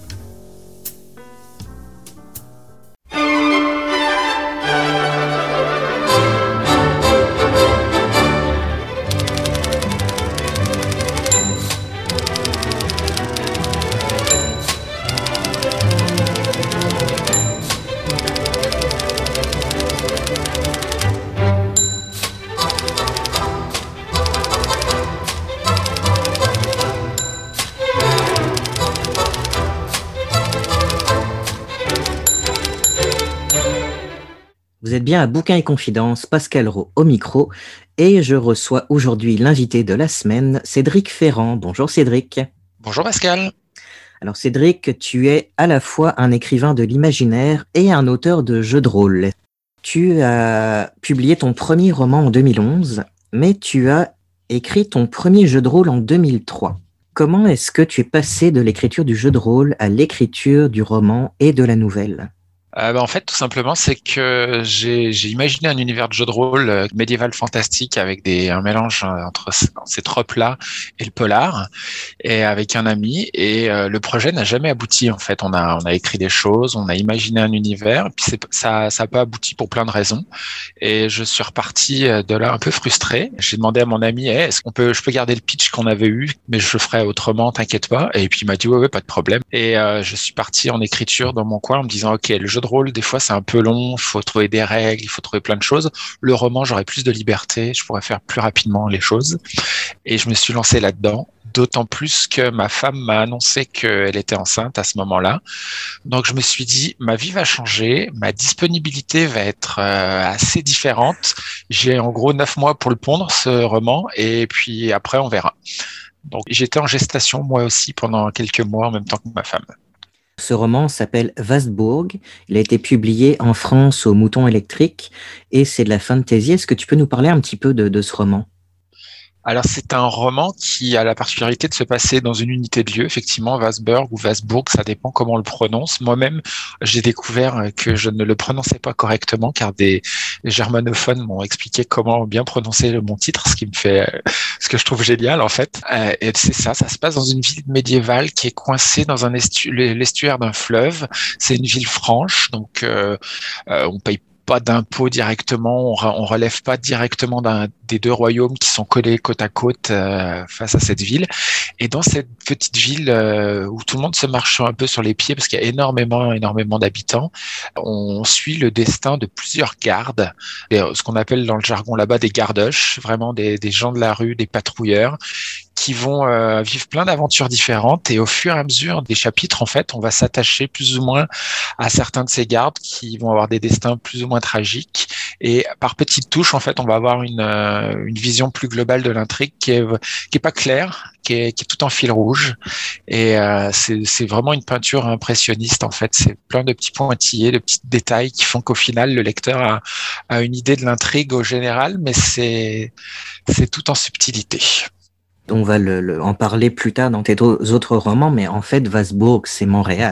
Vous êtes bien à Bouquins et Confidences, Pascal Rowe au micro, et je reçois aujourd'hui l'invité de la semaine, Cédric Ferrand. Bonjour Cédric. Bonjour Pascal. Alors Cédric, tu es à la fois un écrivain de l'imaginaire et un auteur de jeux de rôle. Tu as publié ton premier roman en deux mille onze, mais tu as écrit ton premier jeu de rôle en deux mille trois. Comment est-ce que tu es passé de l'écriture du jeu de rôle à l'écriture du roman et de la nouvelle ? Euh, bah, en fait, tout simplement, c'est que j'ai, j'ai imaginé un univers de jeu de rôle euh, médiéval fantastique avec des, un mélange euh, entre c- ces tropes-là et le polar, et avec un ami. Et euh, le projet n'a jamais abouti. En fait, on a, on a écrit des choses, on a imaginé un univers, puis c'est, ça, ça n'a pas abouti pour plein de raisons. Et je suis reparti de là un peu frustré. J'ai demandé à mon ami, hey, est-ce qu'on peut, je peux garder le pitch qu'on avait eu, mais je le ferai autrement, t'inquiète pas. Et puis il m'a dit, ouais, ouais, pas de problème. Et euh, je suis parti en écriture dans mon coin en me disant, ok, le jeu de rôle, des fois, c'est un peu long, il faut trouver des règles, il faut trouver plein de choses. Le roman, j'aurais plus de liberté, je pourrais faire plus rapidement les choses. Et je me suis lancé là-dedans, d'autant plus que ma femme m'a annoncé qu'elle était enceinte à ce moment-là. Donc, je me suis dit, ma vie va changer, ma disponibilité va être euh, assez différente. J'ai en gros neuf mois pour le pondre, ce roman, et puis après, on verra. Donc, j'étais en gestation, moi aussi, pendant quelques mois, en même temps que ma femme. Ce roman s'appelle Wasbourg. Il a été publié en France au Mouton électrique et c'est de la fantasy. Est-ce que tu peux nous parler un petit peu de, de ce roman ? Alors, c'est un roman qui a la particularité de se passer dans une unité de lieu, effectivement, Wasburg ou Wasbourg, ça dépend comment on le prononce. Moi-même, j'ai découvert que je ne le prononçais pas correctement car des germanophones m'ont expliqué comment bien prononcer mon titre, ce qui me fait, ce que je trouve génial, en fait. Et c'est ça, ça se passe dans une ville médiévale qui est coincée dans un estu- l'estuaire d'un fleuve. C'est une ville franche, donc euh, euh, on paye pas d'impôts directement, on, re, on relève pas directement d'un des deux royaumes qui sont collés côte à côte euh, face à cette ville. Et dans cette petite ville euh, où tout le monde se marche un peu sur les pieds parce qu'il y a énormément, énormément d'habitants, on suit le destin de plusieurs gardes, et, ce qu'on appelle dans le jargon là-bas des gardoches, vraiment des, des gens de la rue, des patrouilleurs, qui vont euh, vivre plein d'aventures différentes. Et au fur et à mesure des chapitres, en fait, on va s'attacher plus ou moins à certains de ces gardes qui vont avoir des destins plus ou moins tragiques. Et par petites touches, en fait, on va avoir une, euh, une vision plus globale de l'intrigue qui est, qui est pas claire, qui est, qui est tout en fil rouge. Et euh, c'est, c'est vraiment une peinture impressionniste, en fait. C'est plein de petits pointillés, de petits détails qui font qu'au final, le lecteur a, a une idée de l'intrigue au général, mais c'est, c'est tout en subtilité. On va le, le, en parler plus tard dans tes autres romans, mais en fait, Wasbourg, c'est Montréal.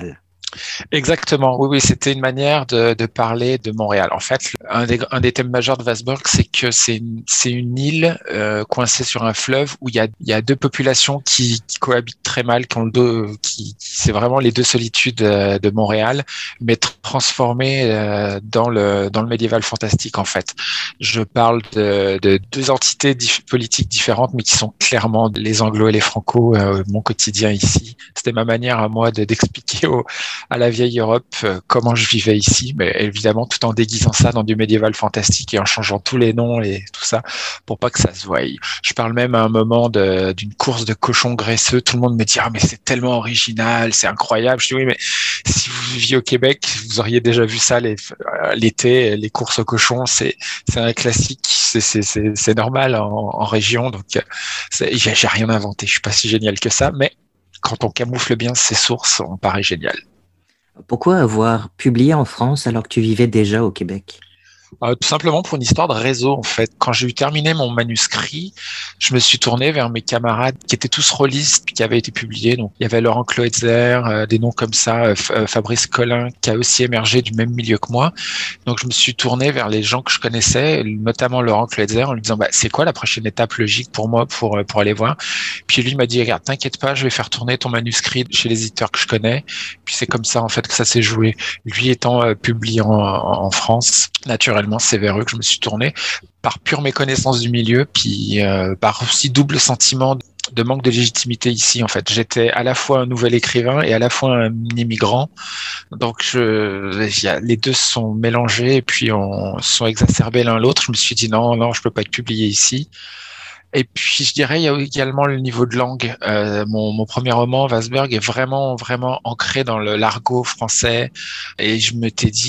Exactement, oui, oui, c'était une manière de, de parler de Montréal. En fait, un des, un des thèmes majeurs de Vasborg, c'est que c'est une, c'est une île euh, coincée sur un fleuve où il y a, il y a deux populations qui, qui cohabitent très mal, qui ont le deux, qui, qui c'est vraiment les deux solitudes euh, de Montréal, mais transformées euh, dans le dans le médiéval fantastique. En fait, je parle de, de deux entités dif- politiques différentes, mais qui sont clairement les Anglo et les Franco. Euh, mon quotidien ici, c'était ma manière à moi de d'expliquer aux à la vieille Europe euh, comment je vivais ici, mais évidemment tout en déguisant ça dans du médiéval fantastique et en changeant tous les noms et tout ça pour pas que ça se voie. Je parle même à un moment de, d'une course de cochons graisseux. Tout le monde me dit ah mais c'est tellement original, c'est incroyable. Je dis oui mais si vous viviez au Québec, vous auriez déjà vu ça les, l'été, les courses aux cochons, c'est c'est un classique, c'est c'est c'est, c'est normal en, en région, donc c'est, j'ai, j'ai rien inventé. Je suis pas si génial que ça, mais quand on camoufle bien ses sources, on paraît génial. Pourquoi avoir publié en France alors que tu vivais déjà au Québec ? Euh, tout simplement pour une histoire de réseau, en fait. Quand j'ai eu terminé mon manuscrit, je me suis tourné vers mes camarades qui étaient tous rôlistes puis qui avaient été publiés. Donc, il y avait Laurent Kloetzer, euh, des noms comme ça, euh, F- Fabrice Collin, qui a aussi émergé du même milieu que moi. Donc, je me suis tourné vers les gens que je connaissais, notamment Laurent Kloetzer, en lui disant, bah, c'est quoi la prochaine étape logique pour moi pour, pour aller voir? Puis lui m'a dit, regarde, t'inquiète pas, je vais faire tourner ton manuscrit chez les éditeurs que je connais. Puis c'est comme ça, en fait, que ça s'est joué. Lui étant euh, publié en, en France, naturellement, c'est vers eux que je me suis tourné par pure méconnaissance du milieu, puis euh, par aussi double sentiment de manque de légitimité ici. En fait, j'étais à la fois un nouvel écrivain et à la fois un immigrant, donc je, y a, les deux sont mélangés et puis on sont exacerbés l'un l'autre. Je me suis dit non, non, je peux pas être publié ici. Et puis, je dirais, il y a également le niveau de langue. Euh, mon, mon premier roman, Vasborg, est vraiment, vraiment ancré dans le l'argot français. Et je m'étais dit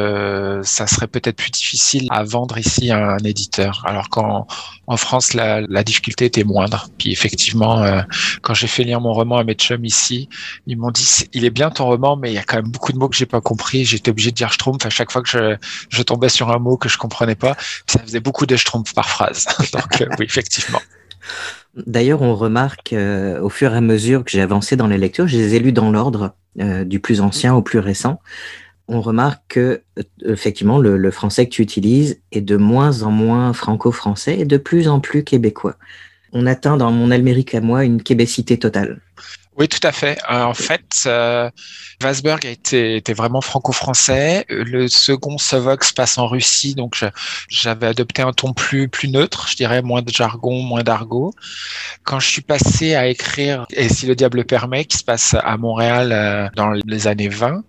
que ça serait peut-être plus difficile à vendre ici à un éditeur. Alors qu'en en France, la, la difficulté était moindre. Puis effectivement, euh, quand j'ai fait lire mon roman à mes chums ici, ils m'ont dit, il est bien ton roman, mais il y a quand même beaucoup de mots que j'ai pas compris. J'étais obligé de dire schtroumpf à chaque fois que je, je tombais sur un mot que je comprenais pas. Ça faisait beaucoup de schtroumpf par phrase. Donc euh, oui, effectivement. D'ailleurs, on remarque euh, au fur et à mesure que j'ai avancé dans les lectures, je les ai lus dans l'ordre euh, du plus ancien au plus récent. On remarque que euh, effectivement le, le français que tu utilises est de moins en moins franco-français et de plus en plus québécois. On atteint dans mon Almérique à moi une québécité totale. Oui, tout à fait. Euh, en fait, euh, Vasborg a été, était vraiment franco-français. Le second, Sovok, se passe en Russie, donc je, j'avais adopté un ton plus plus neutre, je dirais moins de jargon, moins d'argot. Quand je suis passé à écrire Et si le diable permet, qui se passe à Montréal euh, dans les années vingt,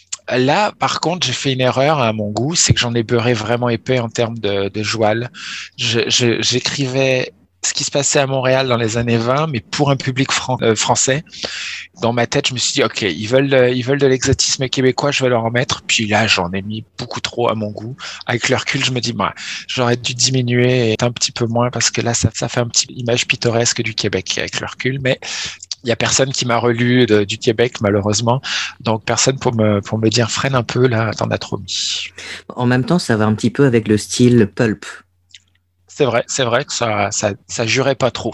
là, par contre, j'ai fait une erreur à mon goût, c'est que j'en ai beurré vraiment épais en termes de, de joual. Je, je, j'écrivais ce qui se passait à Montréal dans les années vingt, mais pour un public fran- euh, français. Dans ma tête, je me suis dit, OK, ils veulent, euh, ils veulent de l'exotisme québécois, je vais leur en mettre. Puis là, j'en ai mis beaucoup trop à mon goût. Avec le recul, je me dis, bah, j'aurais dû diminuer et un petit peu moins parce que là, ça, ça fait un petit image pittoresque du Québec avec le recul. Mais il y a personne qui m'a relu de, du Québec, malheureusement. Donc, personne pour me, pour me dire, freine un peu, là, t'en as trop mis. En même temps, ça va un petit peu avec le style pulp. C'est vrai, c'est vrai que ça, ça, ça jurait pas trop.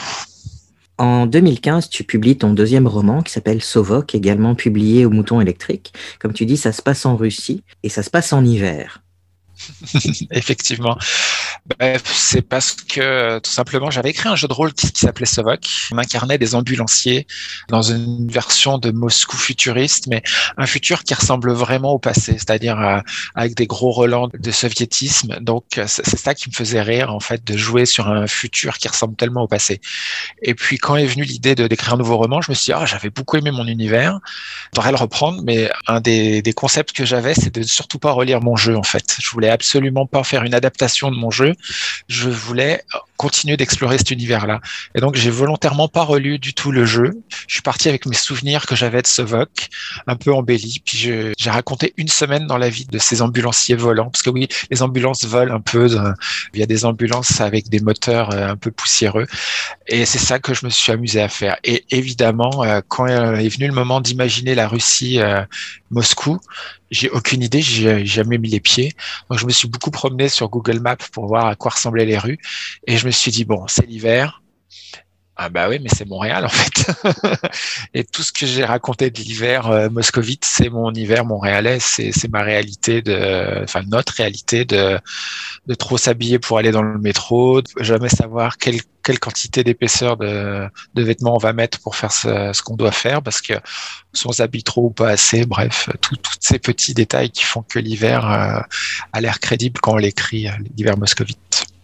En deux mille quinze, tu publies ton deuxième roman qui s'appelle Sovok, également publié au Mouton électrique. Comme tu dis, ça se passe en Russie et ça se passe en hiver. Effectivement. Bref, c'est parce que tout simplement j'avais écrit un jeu de rôle qui, qui s'appelait Sovok. On incarnait des ambulanciers dans une version de Moscou futuriste, mais un futur qui ressemble vraiment au passé, c'est-à-dire à, avec des gros relents de soviétisme. Donc c'est, c'est ça qui me faisait rire en fait, de jouer sur un futur qui ressemble tellement au passé. Et puis quand est venue l'idée de d'écrire un nouveau roman, je me suis dit ah, j'avais beaucoup aimé mon univers, je devrais le reprendre, mais un des, des concepts que j'avais, c'est de surtout pas relire mon jeu en fait. Je voulais absolument pas faire une adaptation de mon jeu. Je voulais continuer d'explorer cet univers-là. Et donc, j'ai volontairement pas relu du tout le jeu. Je suis parti avec mes souvenirs que j'avais de Sovok, un peu embellis. Puis, je, j'ai raconté une semaine dans la vie de ces ambulanciers volants. Parce que oui, les ambulances volent un peu. De, il y a des ambulances avec des moteurs un peu poussiéreux. Et c'est ça que je me suis amusé à faire. Et évidemment, quand est venu le moment d'imaginer la Russie, euh, Moscou, j'ai aucune idée, j'ai jamais mis les pieds. Donc, je me suis beaucoup promené sur Google Maps pour voir à quoi ressemblaient les rues. Et je me suis dit, bon, c'est l'hiver. Ah bah oui, mais c'est Montréal en fait. Et tout ce que j'ai raconté de l'hiver euh, moscovite, c'est mon hiver montréalais, c'est c'est ma réalité de, enfin notre réalité de de trop s'habiller pour aller dans le métro, de jamais savoir quelle quelle quantité d'épaisseur de de vêtements on va mettre pour faire ce, ce qu'on doit faire, parce que si on s'habille trop ou pas assez, bref, tous tous ces petits détails qui font que l'hiver euh, a l'air crédible quand on l'écrit, l'hiver moscovite.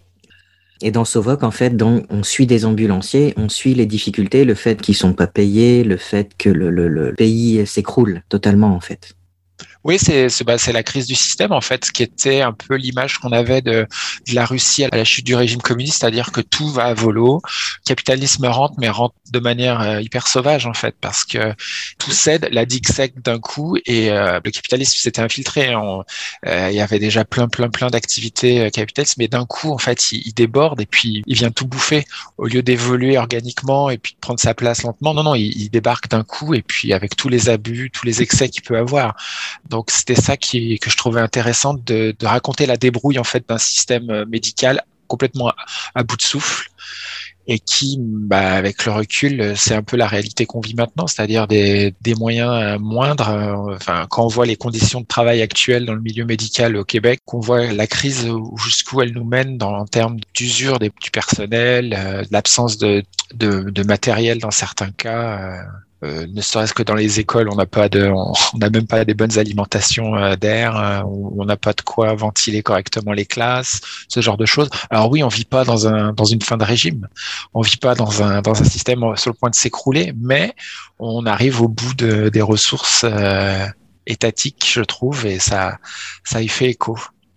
Et dans Sovoc, en fait, donc, on suit des ambulanciers, on suit les difficultés, le fait qu'ils sont pas payés, le fait que le, le, le pays s'écroule totalement, en fait. Oui, c'est c'est, bah, c'est la crise du système, en fait, ce qui était un peu l'image qu'on avait de, de la Russie à la chute du régime communiste, c'est-à-dire que tout va à volo, le capitalisme rentre, mais rentre de manière euh, hyper sauvage, en fait, parce que tout cède, la digue sec d'un coup, et euh, le capitalisme s'était infiltré. On, euh, il y avait déjà plein, plein, plein d'activités euh, capitalistes, mais d'un coup, en fait, il, il déborde et puis il vient tout bouffer. Au lieu d'évoluer organiquement et puis de prendre sa place lentement, non, non, il, il débarque d'un coup, et puis avec tous les abus, tous les excès qu'il peut avoir. Donc c'était ça qui, que je trouvais intéressant, de, de raconter la débrouille en fait d'un système médical complètement à, à bout de souffle, et qui, bah, avec le recul, c'est un peu la réalité qu'on vit maintenant, c'est-à-dire des, des moyens moindres. Enfin, quand on voit les conditions de travail actuelles dans le milieu médical au Québec, qu'on voit la crise jusqu'où elle nous mène dans, en termes d'usure des, du personnel, euh, de l'absence de, de, de matériel dans certains cas. Euh, Euh, ne serait-ce que dans les écoles, on n'a pas de, on n'a même pas des bonnes alimentations euh, d'air, euh, on n'a pas de quoi ventiler correctement les classes, ce genre de choses. Alors oui, on vit pas dans un, dans une fin de régime, on vit pas dans un, dans un système sur le point de s'écrouler, mais on arrive au bout de, des ressources euh, étatiques, je trouve, et ça, ça y fait écho.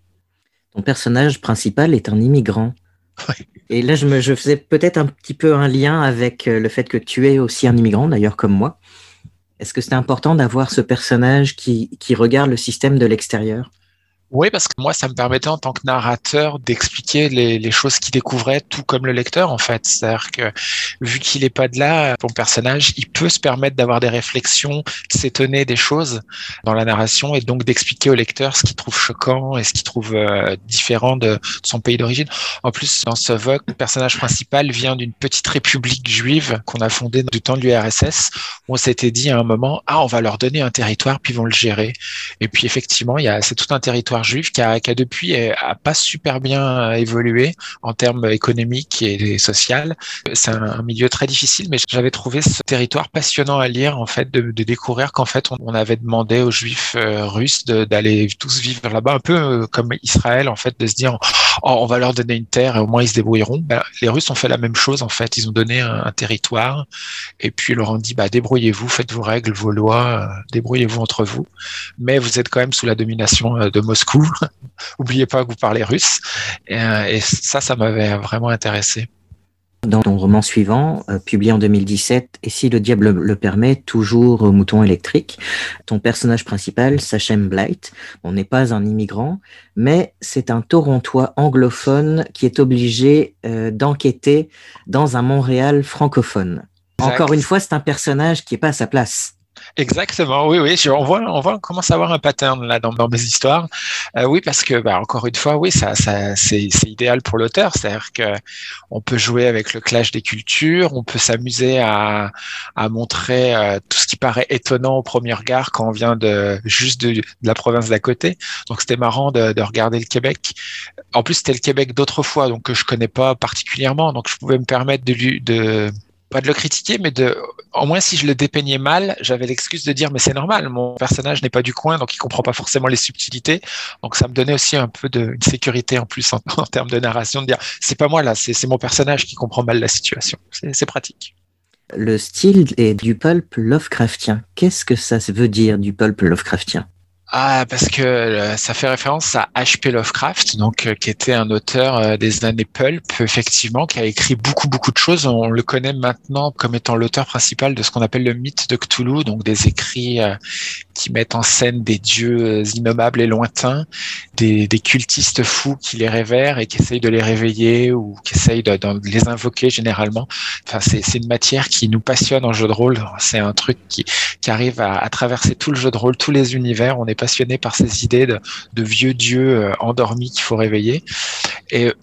Ton personnage principal est un immigrant. Ouais. Et là, je, me, je faisais peut-être un petit peu un lien avec le fait que tu es aussi un immigrant, d'ailleurs comme moi. Est-ce que c'était important d'avoir ce personnage qui, qui regarde le système de l'extérieur ? Oui, parce que moi, ça me permettait en tant que narrateur d'expliquer les, les choses qu'il découvrait, tout comme le lecteur, en fait. C'est-à-dire que, vu qu'il n'est pas de là, ton personnage, il peut se permettre d'avoir des réflexions, de s'étonner des choses dans la narration, et donc d'expliquer au lecteur ce qu'il trouve choquant et ce qu'il trouve euh, différent de, de son pays d'origine. En plus, dans Sovoc, le personnage principal vient d'une petite république juive qu'on a fondée du temps de l'U R S S, où on s'était dit à un moment, ah, on va leur donner un territoire, puis ils vont le gérer. Et puis, effectivement, il y a, c'est tout un territoire juif qui a, qui a depuis a pas super bien évolué en termes économiques et sociaux. C'est un, un milieu très difficile, mais j'avais trouvé ce territoire passionnant à lire, en fait, de, de découvrir qu'en fait, on, on avait demandé aux juifs euh, russes de, d'aller tous vivre là-bas, un peu euh, comme Israël, en fait, de se dire, oh, on va leur donner une terre et au moins ils se débrouilleront. Ben, les Russes ont fait la même chose, en fait. Ils ont donné un, un territoire et puis ils leur ont dit, bah, débrouillez-vous, faites vos règles, vos lois, euh, débrouillez-vous entre vous. Mais vous êtes quand même sous la domination euh, de Moscou. Oubliez pas que vous parlez russe. Et, et ça, ça m'avait vraiment intéressé. Dans ton roman suivant, euh, publié en deux mille dix-sept, Et si le diable le permet, toujours au mouton électrique, ton personnage principal, Sachem Blight, on n'est pas un immigrant, mais c'est un Torontois anglophone qui est obligé euh, d'enquêter dans un Montréal francophone. Exact. Encore une fois, c'est un personnage qui n'est pas à sa place. Exactement, oui, oui. On voit, on voit, on commence à avoir un pattern là dans, dans mes histoires. Euh, oui, parce que, bah, encore une fois, oui, ça, ça, c'est, c'est idéal pour l'auteur. C'est-à-dire que on peut jouer avec le clash des cultures, on peut s'amuser à, à montrer euh, tout ce qui paraît étonnant au premier regard quand on vient de juste de, de la province d'à côté. Donc, c'était marrant de, de regarder le Québec. En plus, c'était le Québec d'autrefois, donc que je connais pas particulièrement. Donc, je pouvais me permettre de, de pas de le critiquer, mais de, au moins si je le dépeignais mal, j'avais l'excuse de dire mais c'est normal, mon personnage n'est pas du coin, donc il comprend pas forcément les subtilités. Donc ça me donnait aussi un peu de une sécurité en plus en, en termes de narration, de dire c'est pas moi là, c'est, c'est mon personnage qui comprend mal la situation. C'est, c'est pratique. Le style est du pulp Lovecraftien. Qu'est-ce que ça veut dire du pulp Lovecraftien ? Ah, parce que euh, ça fait référence à H P Lovecraft, donc euh, qui était un auteur euh, des années pulp, effectivement, qui a écrit beaucoup beaucoup de choses. On le connaît maintenant comme étant l'auteur principal de ce qu'on appelle le mythe de Cthulhu, donc des écrits euh, qui mettent en scène des dieux innommables et lointains, des, des cultistes fous qui les révèrent et qui essayent de les réveiller ou qui essayent de, de les invoquer généralement. Enfin, c'est, c'est une matière qui nous passionne en jeu de rôle. C'est un truc qui, qui arrive à, à traverser tout le jeu de rôle, tous les univers. On est passionné par ces idées de, de vieux dieux euh, endormis qu'il faut réveiller. Et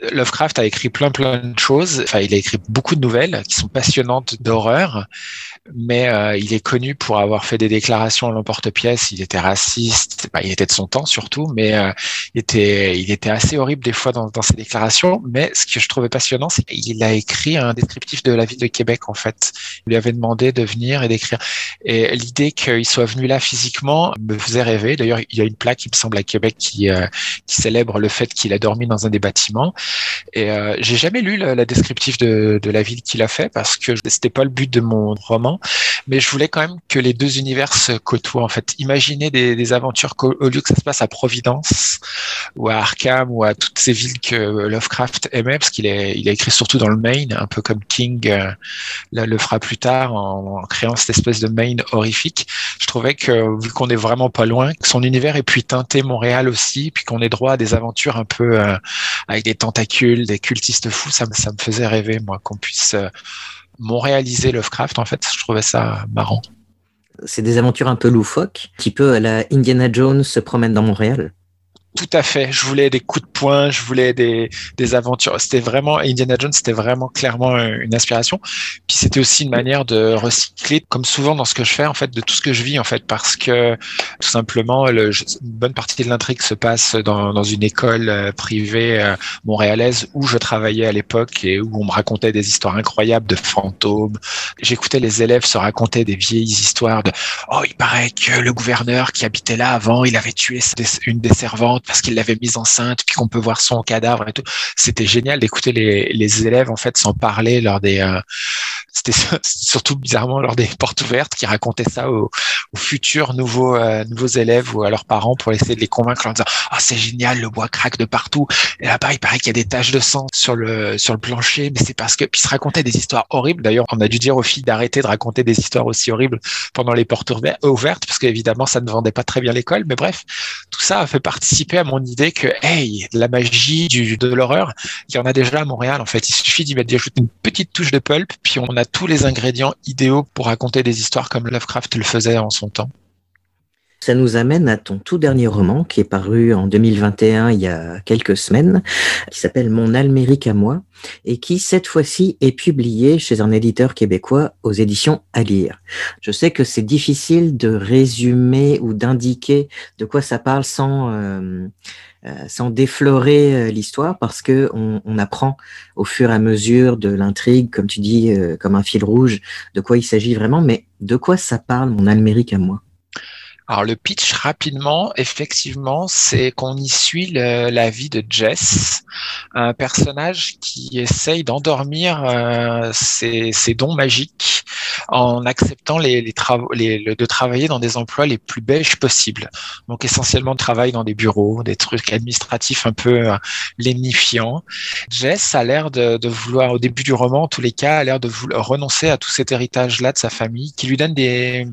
Lovecraft a écrit plein plein de choses. Enfin, il a écrit beaucoup de nouvelles qui sont passionnantes d'horreur, mais euh, il est connu pour avoir fait des déclarations à l'emporte-pièce. Il était raciste, bah, il était de son temps surtout, mais euh, il était il était assez horrible des fois dans, dans ses déclarations. Mais ce que je trouvais passionnant, c'est qu'il a écrit un descriptif de la ville de Québec en fait. Il lui avait demandé de venir et d'écrire. Et l'idée qu'il soit venu là physiquement me faisait rêver. D'ailleurs, il y a une plaque, il me semble, à Québec qui euh, qui célèbre le fait qu'il a dormi dans un des bâtiments. Et euh, j'ai jamais lu la, la descriptif de, de la ville qu'il a fait parce que c'était pas le but de mon roman, mais je voulais quand même que les deux univers se côtoient en fait. Imaginez des, des aventures au lieu que ça se passe à Providence ou à Arkham ou à toutes ces villes que Lovecraft aimait, parce qu'il est, il a écrit surtout dans le Maine, un peu comme King euh, là, le fera plus tard en, en créant cette espèce de Maine horrifique. Je trouvais que vu qu'on est vraiment pas loin, que son univers ait pu teinter Montréal aussi, puis qu'on ait droit à des aventures un peu euh, avec des tentacules, des cultistes fous, ça me, ça me faisait rêver, moi, qu'on puisse euh, montréaliser Lovecraft, en fait. Je trouvais ça marrant. C'est des aventures un peu loufoques, un petit peu à la Indiana Jones se promène dans Montréal. Tout à fait. Je voulais des coups de poing, je voulais des, des aventures. C'était vraiment, Indiana Jones, c'était vraiment clairement une inspiration. Puis c'était aussi une manière de recycler, comme souvent dans ce que je fais, en fait, de tout ce que je vis, en fait, parce que tout simplement, le, une bonne partie de l'intrigue se passe dans, dans une école privée euh, montréalaise où je travaillais à l'époque et où on me racontait des histoires incroyables de fantômes. J'écoutais les élèves se raconter des vieilles histoires de, oh, il paraît que le gouverneur qui habitait là avant, il avait tué une des servantes parce qu'il l'avait mise enceinte, puis qu'on peut voir son cadavre et tout. C'était génial d'écouter les, les élèves en fait s'en parler lors des. Euh, c'était surtout bizarrement lors des portes ouvertes qui racontaient ça aux, aux futurs nouveaux euh, nouveaux élèves ou à leurs parents pour essayer de les convaincre en disant ah oh, c'est génial, le bois craque de partout. Et là-bas il paraît qu'il y a des taches de sang sur le sur le plancher, mais c'est parce que puis ils se racontaient des histoires horribles. D'ailleurs on a dû dire aux filles d'arrêter de raconter des histoires aussi horribles pendant les portes ouvertes parce qu'évidemment ça ne vendait pas très bien l'école. Mais bref, tout ça a fait participer à mon idée que, hey, la magie du, de l'horreur, il y en a déjà à Montréal, en fait. Il suffit d'y mettre, d'y ajouter une petite touche de pulp, puis on a tous les ingrédients idéaux pour raconter des histoires comme Lovecraft le faisait en son temps. Ça nous amène à ton tout dernier roman, qui est paru en deux mille vingt et un, il y a quelques semaines, qui s'appelle Mon Almérique à moi, et qui, cette fois-ci, est publié chez un éditeur québécois aux éditions À Lire. Je sais que c'est difficile de résumer ou d'indiquer de quoi ça parle sans, euh, euh, sans déflorer euh, l'histoire, parce que on, on apprend au fur et à mesure de l'intrigue, comme tu dis, euh, comme un fil rouge, de quoi il s'agit vraiment, mais de quoi ça parle, Mon Almérique à moi? Alors le pitch rapidement, effectivement, c'est qu'on y suit le, la vie de Jess, un personnage qui essaye d'endormir euh, ses, ses dons magiques en acceptant les, les travaux, les, le, de travailler dans des emplois les plus beiges possibles. Donc essentiellement de travail dans des bureaux, des trucs administratifs un peu euh, lénifiants. Jess a l'air de, de vouloir, au début du roman en tous les cas, a l'air de vouloir renoncer à tout cet héritage-là de sa famille, qui lui donne des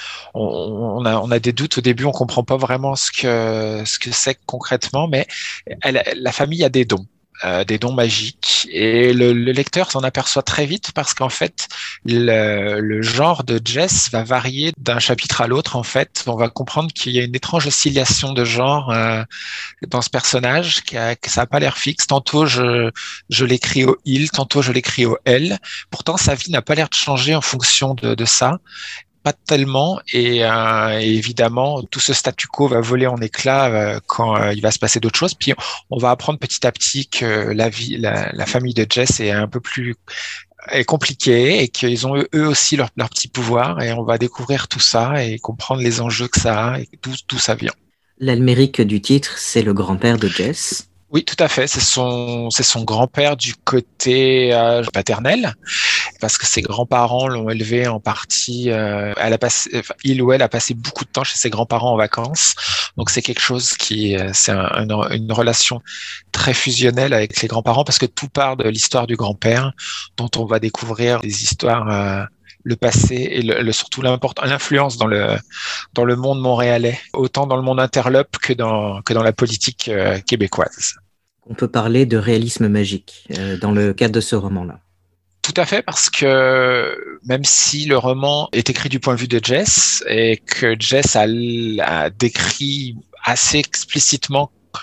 On, on, a, on a des doutes au début, on comprend pas vraiment ce que ce que c'est concrètement, mais elle, la famille a des dons, euh, des dons magiques, et le, le lecteur s'en aperçoit très vite parce qu'en fait, le, le genre de Jess va varier d'un chapitre à l'autre. En fait, on va comprendre qu'il y a une étrange oscillation de genre euh, dans ce personnage, qui a, que ça n'a pas l'air fixe. Tantôt je je l'écris au il, tantôt je l'écris au elle. Pourtant, sa vie n'a pas l'air de changer en fonction de, de ça. Pas tellement, et, euh, et évidemment tout ce statu quo va voler en éclats euh, quand euh, il va se passer d'autres choses. Puis on va apprendre petit à petit que la vie, la, la famille de Jess est un peu plus est compliquée et qu'ils ont eux aussi leur, leur petit pouvoir, et on va découvrir tout ça et comprendre les enjeux que ça a et d'où d'où ça vient. L'Almérique du titre, c'est le grand-père de Jess. Oui, tout à fait. C'est son, c'est son grand-père du côté euh, paternel, parce que ses grands-parents l'ont élevé en partie. Euh, elle a passé, enfin, il ou elle a passé beaucoup de temps chez ses grands-parents en vacances. Donc c'est quelque chose qui, c'est un, un, une relation très fusionnelle avec les grands-parents, parce que tout part de l'histoire du grand-père, dont on va découvrir des histoires. Euh, le passé et le, le, surtout l'influence dans le, dans le monde montréalais, autant dans le monde interlope que dans, que dans la politique euh, québécoise. On peut parler de réalisme magique euh, dans le cadre de ce roman-là. Tout à fait, parce que même si le roman est écrit du point de vue de Jess et que Jess a, a décrit assez explicitement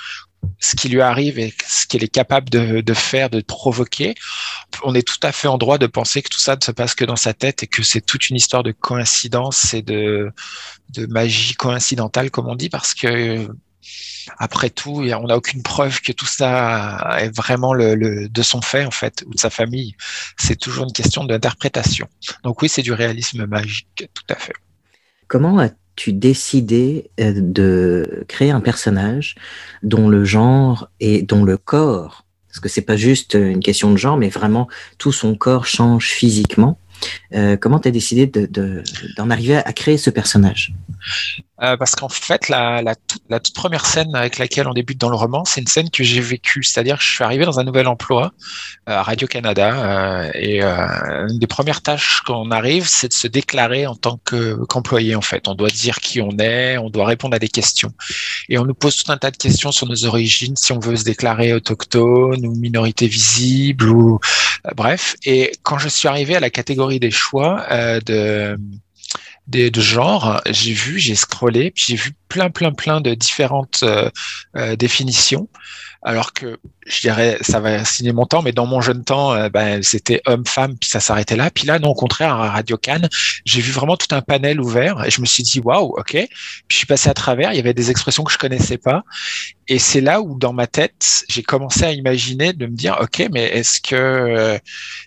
ce qui lui arrive et ce qu'elle est capable de, de faire, de provoquer, on est tout à fait en droit de penser que tout ça ne se passe que dans sa tête et que c'est toute une histoire de coïncidence et de, de magie coïncidentale, comme on dit, parce que après tout, on n'a aucune preuve que tout ça est vraiment le, le, de son fait, en fait, ou de sa famille. C'est toujours une question d'interprétation. Donc oui, c'est du réalisme magique, tout à fait. Comment as-tu décidé de créer un personnage dont le genre et dont le corps, parce que c'est pas juste une question de genre, mais vraiment tout son corps change physiquement. Euh, comment tu as décidé de, de, d'en arriver à créer ce personnage ? Euh, parce qu'en fait, la, la, toute, la toute première scène avec laquelle on débute dans le roman, c'est une scène que j'ai vécue. C'est-à-dire que je suis arrivé dans un nouvel emploi euh, à Radio-Canada euh, et euh, une des premières tâches quand on arrive, c'est de se déclarer en tant que, qu'employé. En fait, on doit dire qui on est, on doit répondre à des questions. Et on nous pose tout un tas de questions sur nos origines, si on veut se déclarer autochtone ou minorité visible ou euh, bref. Et quand je suis arrivé à la catégorie des choix euh, de De, de genre, j'ai vu, j'ai scrollé, puis j'ai vu plein, plein, plein de différentes euh, euh, définitions. Alors que je dirais, ça va signer mon temps, mais dans mon jeune temps, euh, ben, c'était homme-femme, puis ça s'arrêtait là. Puis là, non, au contraire, à Radio Cannes, j'ai vu vraiment tout un panel ouvert et je me suis dit, waouh, ok. Puis je suis passé à travers, il y avait des expressions que je connaissais pas. Et c'est là où, dans ma tête, j'ai commencé à imaginer, de me dire, ok, mais est-ce que euh,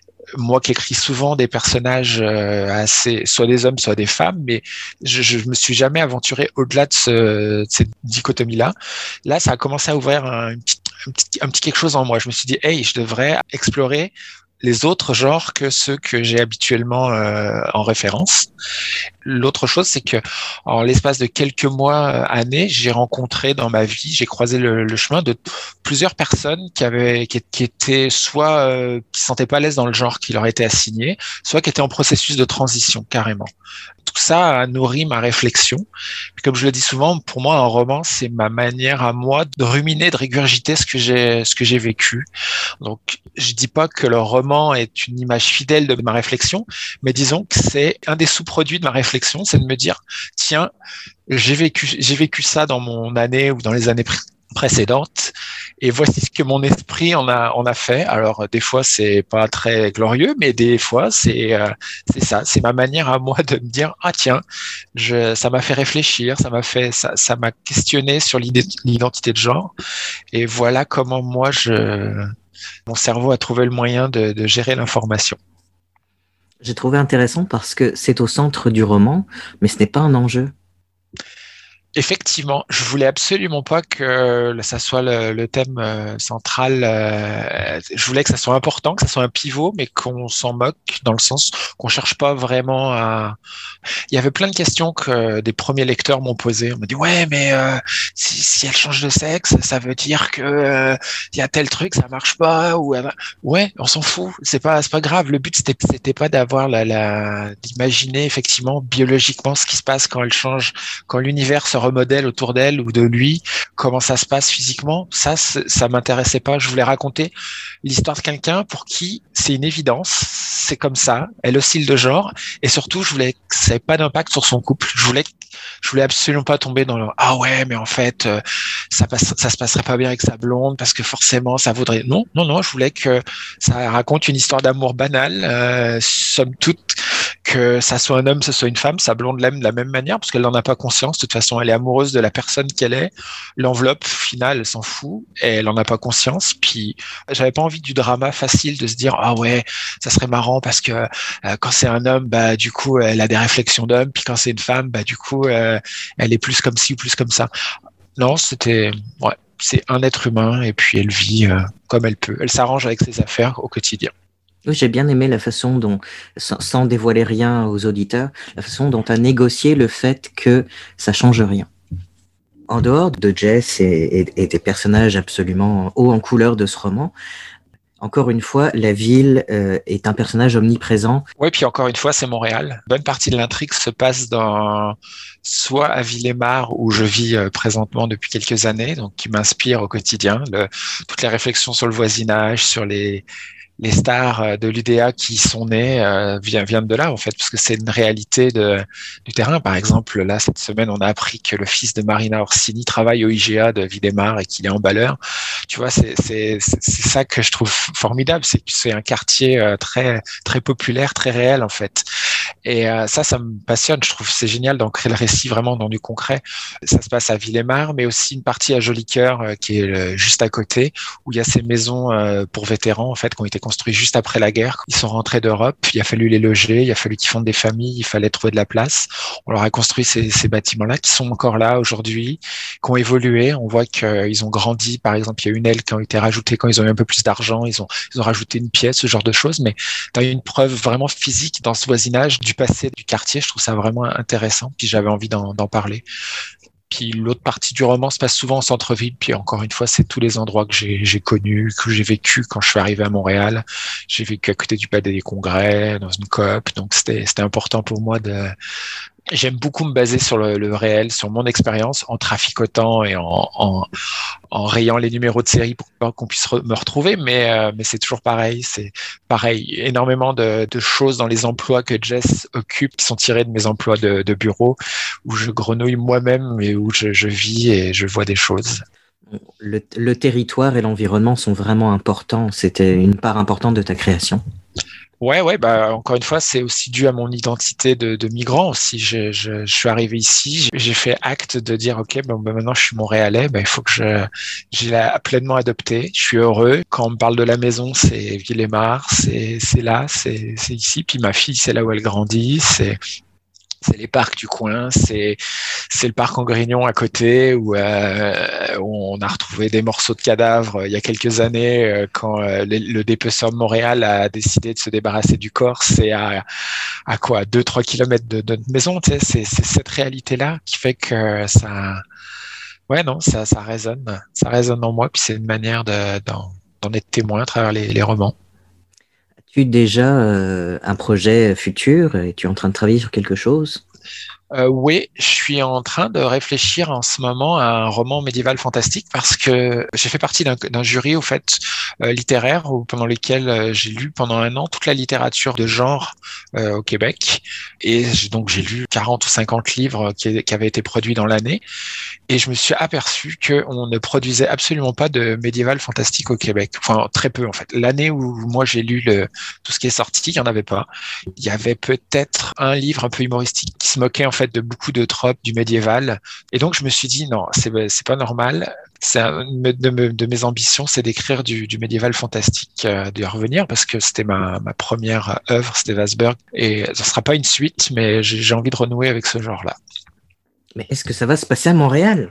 moi qui écris souvent des personnages euh, assez, soit des hommes, soit des femmes, mais je, je me suis jamais aventuré au-delà de, ce, de cette dichotomie-là. Là, ça a commencé à ouvrir un, un, petit, un, petit, un petit quelque chose en moi. Je me suis dit, hey, je devrais explorer les autres genres que ceux que j'ai habituellement euh, en référence. L'autre chose, c'est que en l'espace de quelques mois, euh, années, j'ai rencontré dans ma vie, j'ai croisé le, le chemin de plusieurs personnes qui avaient, qui, qui étaient soit euh, qui se sentaient pas à l'aise dans le genre qui leur était assigné, soit qui étaient en processus de transition carrément. Tout ça a nourri ma réflexion. Puis comme je le dis souvent, pour moi, un roman, c'est ma manière à moi de ruminer, de régurgiter ce que j'ai, ce que j'ai vécu. Donc, je dis pas que le roman est une image fidèle de ma réflexion, mais disons que c'est un des sous-produits de ma réflexion, c'est de me dire, tiens, j'ai vécu, j'ai vécu ça dans mon année ou dans les années pré- précédentes, et voici ce que mon esprit en a, en a fait. Alors, des fois, c'est pas très glorieux, mais des fois, c'est, euh, c'est ça, c'est ma manière à moi de me dire, ah tiens, je, ça m'a fait réfléchir, ça m'a fait, ça, ça m'a questionné sur l'idée, l'identité de genre, et voilà comment moi, je, mon cerveau a trouvé le moyen de, de gérer l'information. J'ai trouvé intéressant parce que c'est au centre du roman, mais ce n'est pas un enjeu. Effectivement, je voulais absolument pas que ça soit le, le thème euh, central. Euh, je voulais que ça soit important, que ça soit un pivot, mais qu'on s'en moque dans le sens qu'on cherche pas vraiment à. Il y avait plein de questions que des premiers lecteurs m'ont posées. On m'a dit ouais, mais euh, si, si elle change de sexe, ça veut dire que euh, y a tel truc, ça marche pas ou elle... ouais, on s'en fout. C'est pas, c'est pas grave. Le but c'était, c'était pas d'avoir la, la, d'imaginer effectivement biologiquement ce qui se passe quand elle change, quand l'univers se remodèle autour d'elle ou de lui, comment ça se passe physiquement. Ça, ça m'intéressait pas. Je voulais raconter l'histoire de quelqu'un pour qui c'est une évidence, c'est comme ça, elle oscille de genre, et surtout, je voulais que ça n'ait pas d'impact sur son couple. Je voulais, je voulais absolument pas tomber dans le ah ouais, mais en fait, euh, ça passe, ça se passerait pas bien avec sa blonde parce que forcément, ça vaudrait. Non, non, non. Je voulais que ça raconte une histoire d'amour banale, euh, somme toute. Que ça soit un homme, que ce soit une femme, sa blonde l'aime de la même manière parce qu'elle n'en a pas conscience. De toute façon, elle est amoureuse de la personne qu'elle est. L'enveloppe finale, elle s'en fout et elle n'en a pas conscience. Puis, j'avais pas envie du drama facile de se dire ah ouais, ça serait marrant parce que euh, quand c'est un homme, bah du coup, elle a des réflexions d'homme. Puis quand c'est une femme, bah du coup, euh, elle est plus comme ci ou plus comme ça. Non, c'était ouais, c'est un être humain et puis elle vit euh, comme elle peut. Elle s'arrange avec ses affaires au quotidien. Oui, j'ai bien aimé la façon dont, sans, sans dévoiler rien aux auditeurs, la façon dont tu as négocié le fait que ça change rien. En dehors de Jess et, et, et des personnages absolument hauts en couleur de ce roman, encore une fois, la ville euh, est un personnage omniprésent. Oui, puis encore une fois, c'est Montréal. Une bonne partie de l'intrigue se passe dans soit à Villemar, où je vis euh, présentement depuis quelques années, donc qui m'inspire au quotidien. Le, toutes les réflexions sur le voisinage, sur les les stars de l'U D A qui sont nées euh, viennent, viennent de là, en fait, parce que c'est une réalité de, du terrain. Par exemple, là, cette semaine, on a appris que le fils de Marina Orsini travaille au I G A de Villemar et qu'il est emballeur. Tu vois, c'est, c'est, c'est, c'est ça que je trouve formidable, c'est que c'est un quartier euh, très, très populaire, très réel, en fait. Et euh, ça, ça me passionne. Je trouve que c'est génial d'ancrer le récit vraiment dans du concret. Ça se passe à Villemar, mais aussi une partie à Jolicoeur euh, qui est euh, juste à côté, où il y a ces maisons euh, pour vétérans en fait qui ont été construites juste après la guerre. Ils sont rentrés d'Europe, il a fallu les loger, il a fallu qu'ils fondent des familles, il fallait trouver de la place. On leur a construit ces, ces bâtiments-là qui sont encore là aujourd'hui, qui ont évolué. On voit qu'ils ont grandi. Par exemple, il y a une aile qui a été rajoutée quand ils ont eu un peu plus d'argent. Ils ont, ils ont rajouté une pièce, ce genre de choses. Mais tu as une preuve vraiment physique dans ce voisinage du passé du quartier. Je trouve ça vraiment intéressant. Puis j'avais envie d'en, d'en parler. Puis l'autre partie du roman se passe souvent en centre-ville. Puis encore une fois, c'est tous les endroits que j'ai, j'ai connus, que j'ai vécu quand je suis arrivé à Montréal. J'ai vécu à côté du Palais des Congrès, dans une coop. Donc c'était, c'était important pour moi de... J'aime beaucoup me baser sur le, le réel, sur mon expérience, en traficotant et en, en, en rayant les numéros de série pour pas qu'on puisse re, me retrouver. Mais, euh, mais c'est toujours pareil. C'est pareil. Énormément de, de choses dans les emplois que Jess occupe qui sont tirés de mes emplois de, de bureau, où je grenouille moi-même et où je, je vis et je vois des choses. Le, le territoire et l'environnement sont vraiment importants. C'était une part importante de ta création. Ouais, ouais, bah encore une fois, c'est aussi dû à mon identité de, de migrant aussi. Je, je, je suis arrivé ici, j'ai fait acte de dire ok, bon, bah, maintenant je suis Montréalais, bah, il faut que je, j'ai la pleinement adopté. Je suis heureux. Quand on me parle de la maison, c'est Villemar, c'est c'est là, c'est c'est ici. Puis ma fille, c'est là où elle grandit. C'est c'est les parcs du coin, c'est c'est le parc en Grignon à côté où, euh, où on a retrouvé des morceaux de cadavres euh, il y a quelques années euh, quand euh, le, le dépeceur de Montréal a décidé de se débarrasser du corps. C'est à à quoi deux trois kilomètres de, de notre maison. Tu sais, c'est c'est cette réalité là qui fait que ça ouais non ça ça résonne ça résonne en moi. Puis c'est une manière de d'en, d'en être témoin à travers les, les romans. As-tu déjà euh, un projet futur? Es-tu en train de travailler sur quelque chose? Euh, oui, je suis en train de réfléchir en ce moment à un roman médiéval fantastique parce que j'ai fait partie d'un, d'un jury au fait euh, littéraire où, pendant lequel euh, j'ai lu pendant un an toute la littérature de genre euh, au Québec et j'ai, donc j'ai lu quarante ou cinquante livres qui, qui avaient été produits dans l'année et je me suis aperçu qu'on ne produisait absolument pas de médiéval fantastique au Québec, enfin très peu en fait. L'année où moi j'ai lu le, tout ce qui est sorti, il n'y en avait pas. Il y avait peut-être un livre un peu humoristique qui se moquait en fait de beaucoup de tropes du médiéval et donc je me suis dit non, c'est c'est pas normal. C'est un, de, de, de mes ambitions, c'est d'écrire du, du médiéval fantastique, euh, de revenir parce que c'était ma, ma première œuvre, c'était Vasberg et ce sera pas une suite, mais j'ai, j'ai envie de renouer avec ce genre-là. Mais est-ce que ça va se passer à Montréal?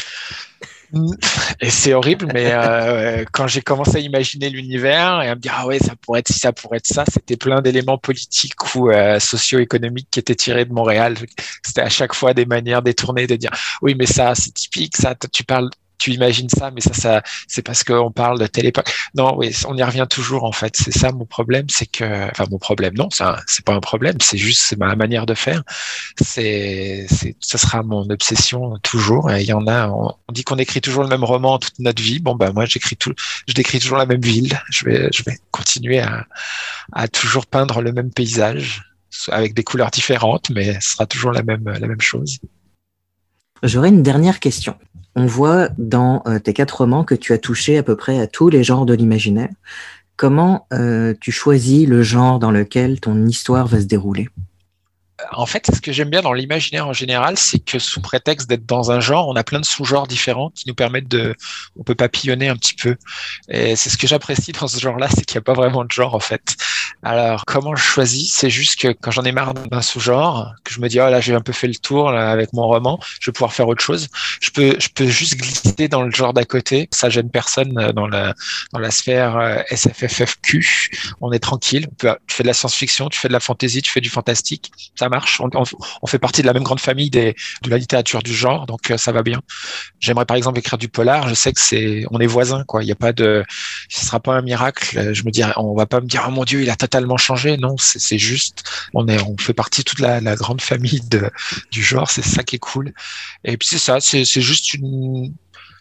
Et c'est horrible, mais euh, quand j'ai commencé à imaginer l'univers et à me dire ah ouais ça pourrait être ci, ça pourrait être ça, c'était plein d'éléments politiques ou euh, socio-économiques qui étaient tirés de Montréal. C'était à chaque fois des manières détournées de dire oui mais ça c'est typique, ça tu parles, tu imagines ça, mais ça, ça c'est parce qu'on parle de telle époque. Non, oui, on y revient toujours en fait. C'est ça mon problème, c'est que, enfin mon problème, non, ça, c'est pas un problème, c'est juste c'est ma manière de faire. C'est, c'est, ça sera mon obsession toujours. Et il y en a, on, on dit qu'on écrit toujours le même roman toute notre vie. Bon ben moi j'écris tout, je décris toujours la même ville. Je vais, je vais continuer à, à toujours peindre le même paysage avec des couleurs différentes, mais ce sera toujours la même, la même chose. J'aurais une dernière question. On voit dans euh, tes quatre romans que tu as touché à peu près à tous les genres de l'imaginaire. Comment euh, tu choisis le genre dans lequel ton histoire va se dérouler? En fait, ce que j'aime bien dans l'imaginaire en général, c'est que sous prétexte d'être dans un genre, on a plein de sous-genres différents qui nous permettent de, on peut papillonner un petit peu. Et c'est ce que j'apprécie dans ce genre-là, c'est qu'il n'y a pas vraiment de genre en fait. Alors, comment je choisis? C'est juste que quand j'en ai marre d'un sous-genre, que je me dis oh là j'ai un peu fait le tour là, avec mon roman, je vais pouvoir faire autre chose. Je peux, je peux juste glisser dans le genre d'à côté. Ça gêne personne dans la, dans la sphère S F F F Q. On est tranquille. Tu fais de la science-fiction, tu fais de la fantasy, tu fais du fantastique. Ça marche. On, on, on fait partie de la même grande famille des, de la littérature du genre, donc euh, ça va bien. J'aimerais par exemple écrire du polar. Je sais que c'est, on est voisins, quoi. Il y a pas de, ce sera pas un miracle. Je me dirais, on va pas me dire, oh mon Dieu, il a totalement changé. Non, c'est, c'est juste, on est, on fait partie de toute la, la grande famille de, du genre. C'est ça qui est cool. Et puis c'est ça, c'est, c'est juste une,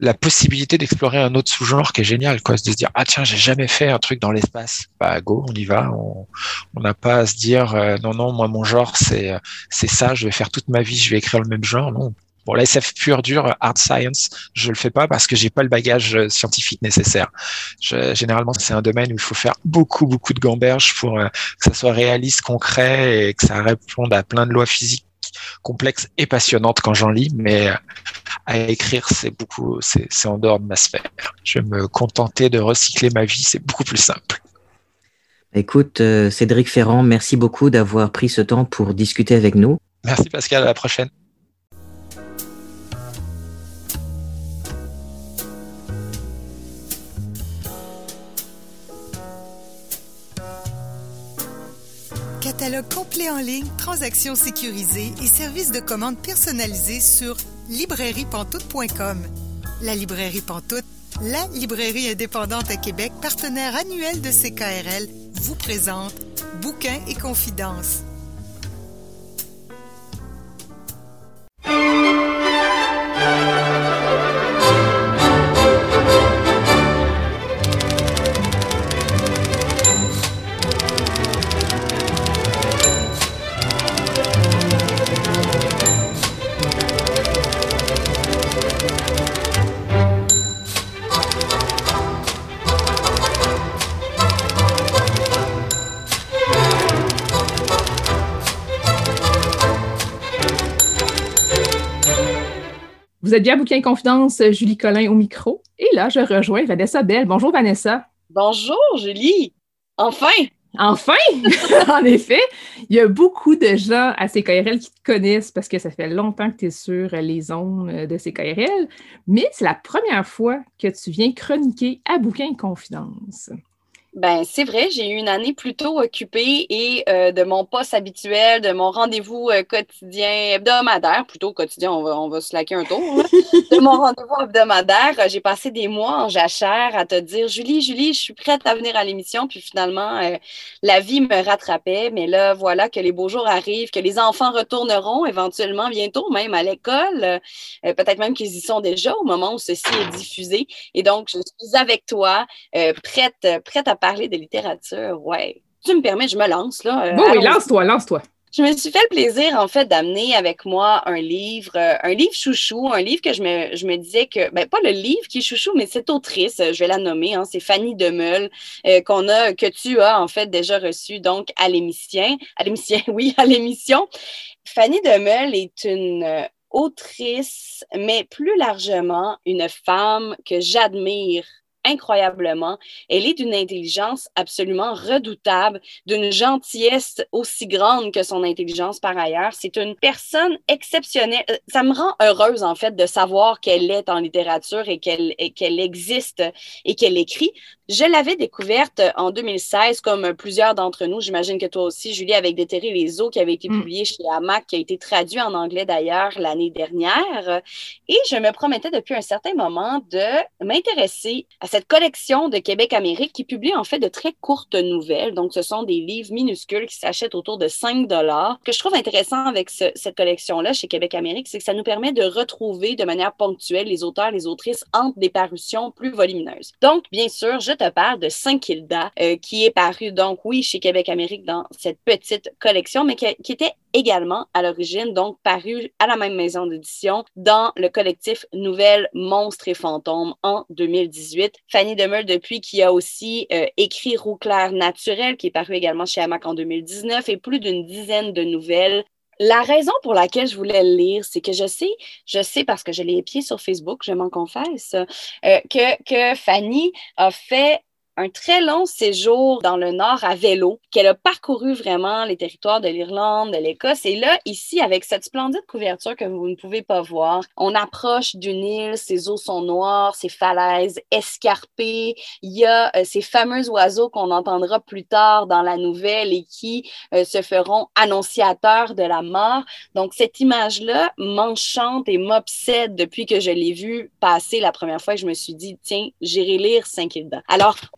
la possibilité d'explorer un autre sous-genre qui est génial, quoi, de se dire ah tiens j'ai jamais fait un truc dans l'espace, bah go on y va, on on n'a pas à se dire euh, non non moi mon genre c'est c'est ça, je vais faire toute ma vie, je vais écrire le même genre, non. Bon, la S F pure dure, hard science, je le fais pas parce que j'ai pas le bagage scientifique nécessaire. Je, généralement, c'est un domaine où il faut faire beaucoup, beaucoup de gamberges pour euh, que ça soit réaliste, concret et que ça réponde à plein de lois physiques complexes et passionnantes quand j'en lis. Mais euh, à écrire, c'est beaucoup, c'est, c'est en dehors de ma sphère. Je vais me contenter de recycler ma vie, c'est beaucoup plus simple. Écoute, euh, Cédric Ferrand, merci beaucoup d'avoir pris ce temps pour discuter avec nous. Merci Pascal, à la prochaine. Catalogue complet en ligne, transactions sécurisées et services de commande personnalisés sur librairie pantoute point com. La Librairie Pantoute, la librairie indépendante à Québec, partenaire annuel de C K R L, vous présente Bouquins et confidences. Vous êtes bien à Bouquins et confidences, Julie Collin au micro. Et là, je rejoins Vanessa Bell. Bonjour Vanessa. Bonjour Julie. Enfin! Enfin! En effet, il y a beaucoup de gens à C K R L qui te connaissent parce que ça fait longtemps que tu es sur les ondes de C K R L, mais c'est la première fois que tu viens chroniquer à Bouquins et confidences. Ben, c'est vrai, j'ai eu une année plutôt occupée et euh, de mon poste habituel, de mon rendez-vous euh, quotidien, hebdomadaire, plutôt quotidien, on va, on va se laquer un tour, là. De mon rendez-vous hebdomadaire, euh, j'ai passé des mois en jachère à te dire « Julie, Julie, je suis prête à venir à l'émission », puis finalement, euh, la vie me rattrapait, mais là, voilà que les beaux jours arrivent, que les enfants retourneront éventuellement bientôt, même à l'école, euh, peut-être même qu'ils y sont déjà au moment où ceci est diffusé, et donc, je suis avec toi, euh, prête, prête à parler de littérature, ouais. Tu me permets, je me lance, là. Euh, bon, oui, lance-toi, lance-toi. Je me suis fait le plaisir, en fait, d'amener avec moi un livre, euh, un livre chouchou, un livre que je me, je me disais que, ben, pas le livre qui est chouchou, mais cette autrice, je vais la nommer, hein, c'est Fanny Demeule, euh, qu'on a, que tu as, en fait, déjà reçue, donc, à l'émission, à l'émission, oui, à l'émission. Fanny Demeule est une euh, autrice, mais plus largement, une femme que j'admire incroyablement. Elle est d'une intelligence absolument redoutable, d'une gentillesse aussi grande que son intelligence par ailleurs. C'est une personne exceptionnelle. Ça me rend heureuse, en fait, de savoir qu'elle est en littérature et qu'elle, et qu'elle existe et qu'elle écrit. Je l'avais découverte en deux mille seize, comme plusieurs d'entre nous. J'imagine que toi aussi, Julie, avec Déterrer les eaux, qui avait été mm. publié chez Hamac, qui a été traduit en anglais d'ailleurs l'année dernière. Et je me promettais depuis un certain moment de m'intéresser à cette collection de Québec-Amérique qui publie en fait de très courtes nouvelles. Donc, ce sont des livres minuscules qui s'achètent autour de cinq dollars. Ce que je trouve intéressant avec ce, cette collection-là chez Québec-Amérique, c'est que ça nous permet de retrouver de manière ponctuelle les auteurs, les autrices entre des parutions plus volumineuses. Donc, bien sûr, je te parle de Saint-Kilda, euh, qui est paru, donc, oui, chez Québec-Amérique dans cette petite collection, mais qui, qui était également à l'origine, donc paru à la même maison d'édition dans le collectif Nouvelles, Monstres et Fantômes en deux mille dix-huit. Fanny Demeule, depuis, qui a aussi euh, écrit Roux clair naturel, qui est paru également chez Hamac en deux mille dix-neuf, et plus d'une dizaine de nouvelles. La raison pour laquelle je voulais le lire, c'est que je sais, je sais parce que je l'ai épié sur Facebook, je m'en confesse, euh, que, que Fanny a fait un très long séjour dans le Nord à vélo, qu'elle a parcouru vraiment les territoires de l'Irlande, de l'Écosse. Et là, ici, avec cette splendide couverture que vous ne pouvez pas voir, on approche d'une île, ses eaux sont noires, ses falaises escarpées. Il y a euh, ces fameux oiseaux qu'on entendra plus tard dans la nouvelle et qui euh, se feront annonciateurs de la mort. Donc, cette image-là m'enchante et m'obsède depuis que je l'ai vue passer la première fois. Je me suis dit, tiens, j'irai lire Saint-Kilda. Alors,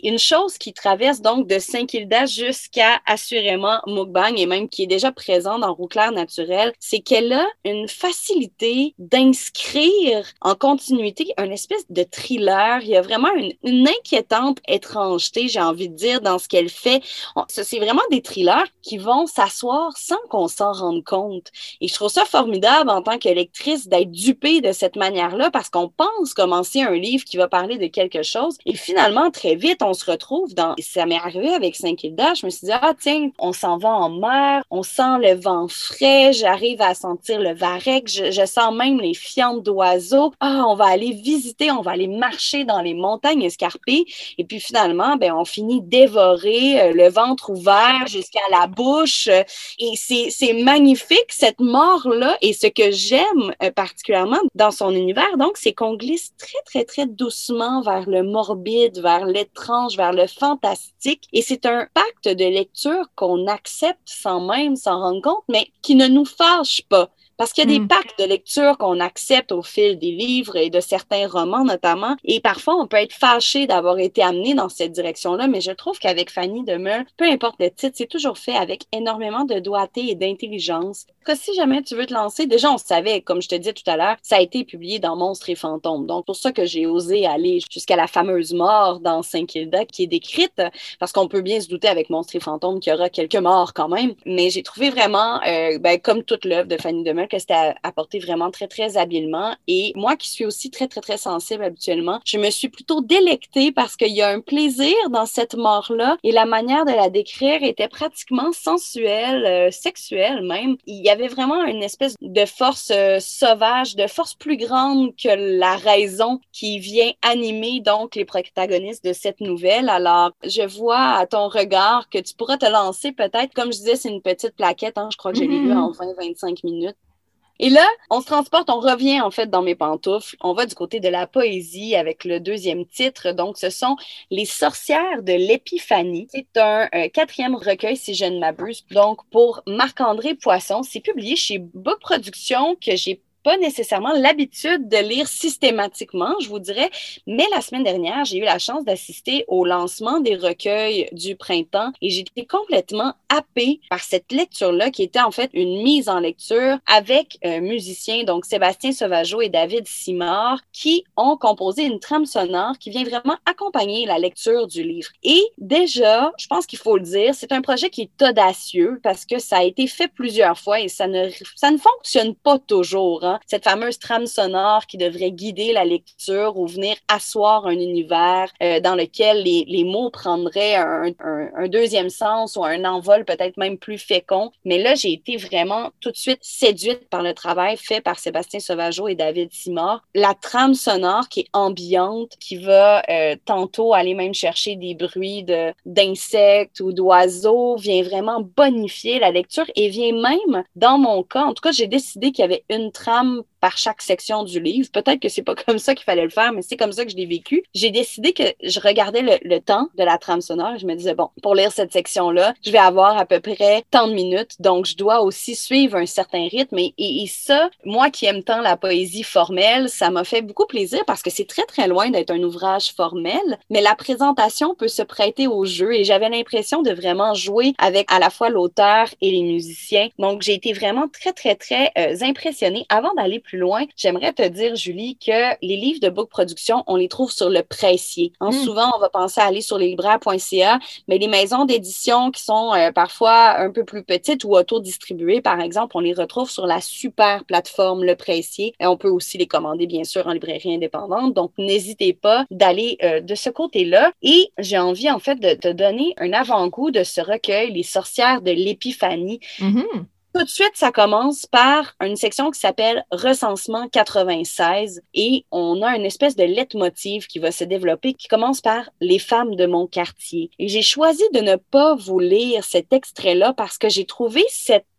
une chose qui traverse donc de Saint-Kilda jusqu'à assurément Mukbang et même qui est déjà présente dans Roue claire naturelle, c'est qu'elle a une facilité d'inscrire en continuité une espèce de thriller. Il y a vraiment une, une inquiétante étrangeté, j'ai envie de dire, dans ce qu'elle fait. On, c'est vraiment des thrillers qui vont s'asseoir sans qu'on s'en rende compte. Et je trouve ça formidable en tant que lectrice d'être dupée de cette manière-là parce qu'on pense commencer un livre qui va parler de quelque chose et finalement, très vite, on se retrouve dans... Ça m'est arrivé avec Saint-Kilda, je me suis dit, ah tiens, on s'en va en mer, on sent le vent frais, j'arrive à sentir le varech, je, je sens même les fientes d'oiseaux. Ah, on va aller visiter, on va aller marcher dans les montagnes escarpées et puis finalement, ben, on finit dévoré, euh, le ventre ouvert jusqu'à la bouche et c'est, c'est magnifique, cette mort-là et ce que j'aime euh, particulièrement dans son univers, donc, c'est qu'on glisse très, très, très doucement vers le morbide, vers l'étrange, vers le fantastique et c'est un pacte de lecture qu'on accepte sans même s'en rendre compte, mais qui ne nous fâche pas. Parce qu'il y a des mmh. pactes de lecture qu'on accepte au fil des livres et de certains romans notamment. Et parfois, on peut être fâché d'avoir été amené dans cette direction-là. Mais je trouve qu'avec Fanny Demeule, peu importe le titre, c'est toujours fait avec énormément de doigté et d'intelligence. Que si jamais tu veux te lancer, déjà, on savait, comme je te disais tout à l'heure, ça a été publié dans Monstres et fantômes. Donc, pour ça que j'ai osé aller jusqu'à la fameuse mort dans Saint-Kilda qui est décrite. Parce qu'on peut bien se douter avec Monstres et fantômes qu'il y aura quelques morts quand même. Mais j'ai trouvé vraiment, euh, ben, comme toute l'œuvre de Fanny Demeule, que c'était apporté vraiment très, très habilement. Et moi, qui suis aussi très, très, très sensible habituellement, je me suis plutôt délectée parce qu'il y a un plaisir dans cette mort-là et la manière de la décrire était pratiquement sensuelle, euh, sexuelle même. Il y avait vraiment une espèce de force euh, sauvage, de force plus grande que la raison qui vient animer donc les protagonistes de cette nouvelle. Alors, je vois à ton regard que tu pourras te lancer peut-être, comme je disais, c'est une petite plaquette, hein, je crois que je l'ai lu en vingt à vingt-cinq minutes. Et là, on se transporte, on revient en fait dans mes pantoufles. On va du côté de la poésie avec le deuxième titre. Donc, ce sont Les sorcières de l'Épiphanie. C'est un euh, quatrième recueil, si je ne m'abuse. Donc, pour Marc-André Poisson, c'est publié chez Book Productions que j'ai pas nécessairement l'habitude de lire systématiquement, je vous dirais, mais la semaine dernière, j'ai eu la chance d'assister au lancement des recueils du printemps et j'ai été complètement happée par cette lecture-là qui était en fait une mise en lecture avec euh, musiciens, donc Sébastien Sauvageau et David Simard, qui ont composé une trame sonore qui vient vraiment accompagner la lecture du livre. Et déjà, je pense qu'il faut le dire, c'est un projet qui est audacieux parce que ça a été fait plusieurs fois et ça ne, ça ne fonctionne pas toujours, hein. Cette fameuse trame sonore qui devrait guider la lecture ou venir asseoir un univers euh, dans lequel les, les mots prendraient un, un, un deuxième sens ou un envol peut-être même plus fécond. Mais là, j'ai été vraiment tout de suite séduite par le travail fait par Sébastien Sauvageau et David Simard. La trame sonore qui est ambiante, qui va euh, tantôt aller même chercher des bruits de, d'insectes ou d'oiseaux, vient vraiment bonifier la lecture et vient même, dans mon cas, en tout cas, j'ai décidé qu'il y avait une trame par chaque section du livre. Peut-être que c'est pas comme ça qu'il fallait le faire, mais c'est comme ça que je l'ai vécu. J'ai décidé que je regardais le, le temps de la trame sonore et je me disais, bon, pour lire cette section-là, je vais avoir à peu près tant de minutes, donc je dois aussi suivre un certain rythme. Et, et, et ça, moi qui aime tant la poésie formelle, ça m'a fait beaucoup plaisir parce que c'est très, très loin d'être un ouvrage formel, mais la présentation peut se prêter au jeu et j'avais l'impression de vraiment jouer avec à la fois l'auteur et les musiciens. Donc, j'ai été vraiment très, très, très euh, impressionnée. Avant d'aller plus loin, j'aimerais te dire, Julie, que les livres de Book Production, on les trouve sur le pressier. Hein, mmh. Souvent, on va penser à aller sur leslibraires point c a, mais les maisons d'édition qui sont euh, parfois un peu plus petites ou auto-distribuées, par exemple, on les retrouve sur la super plateforme Le Pressier. Et on peut aussi les commander, bien sûr, en librairie indépendante. Donc, n'hésitez pas d'aller euh, de ce côté-là. Et j'ai envie, en fait, de te donner un avant-goût de ce recueil, Les sorcières de l'Épiphanie. Mmh. Tout de suite, ça commence par une section qui s'appelle Recensement quatre-vingt-seize et on a une espèce de leitmotiv qui va se développer qui commence par Les femmes de mon quartier. Et j'ai choisi de ne pas vous lire cet extrait-là parce que j'ai trouvé cette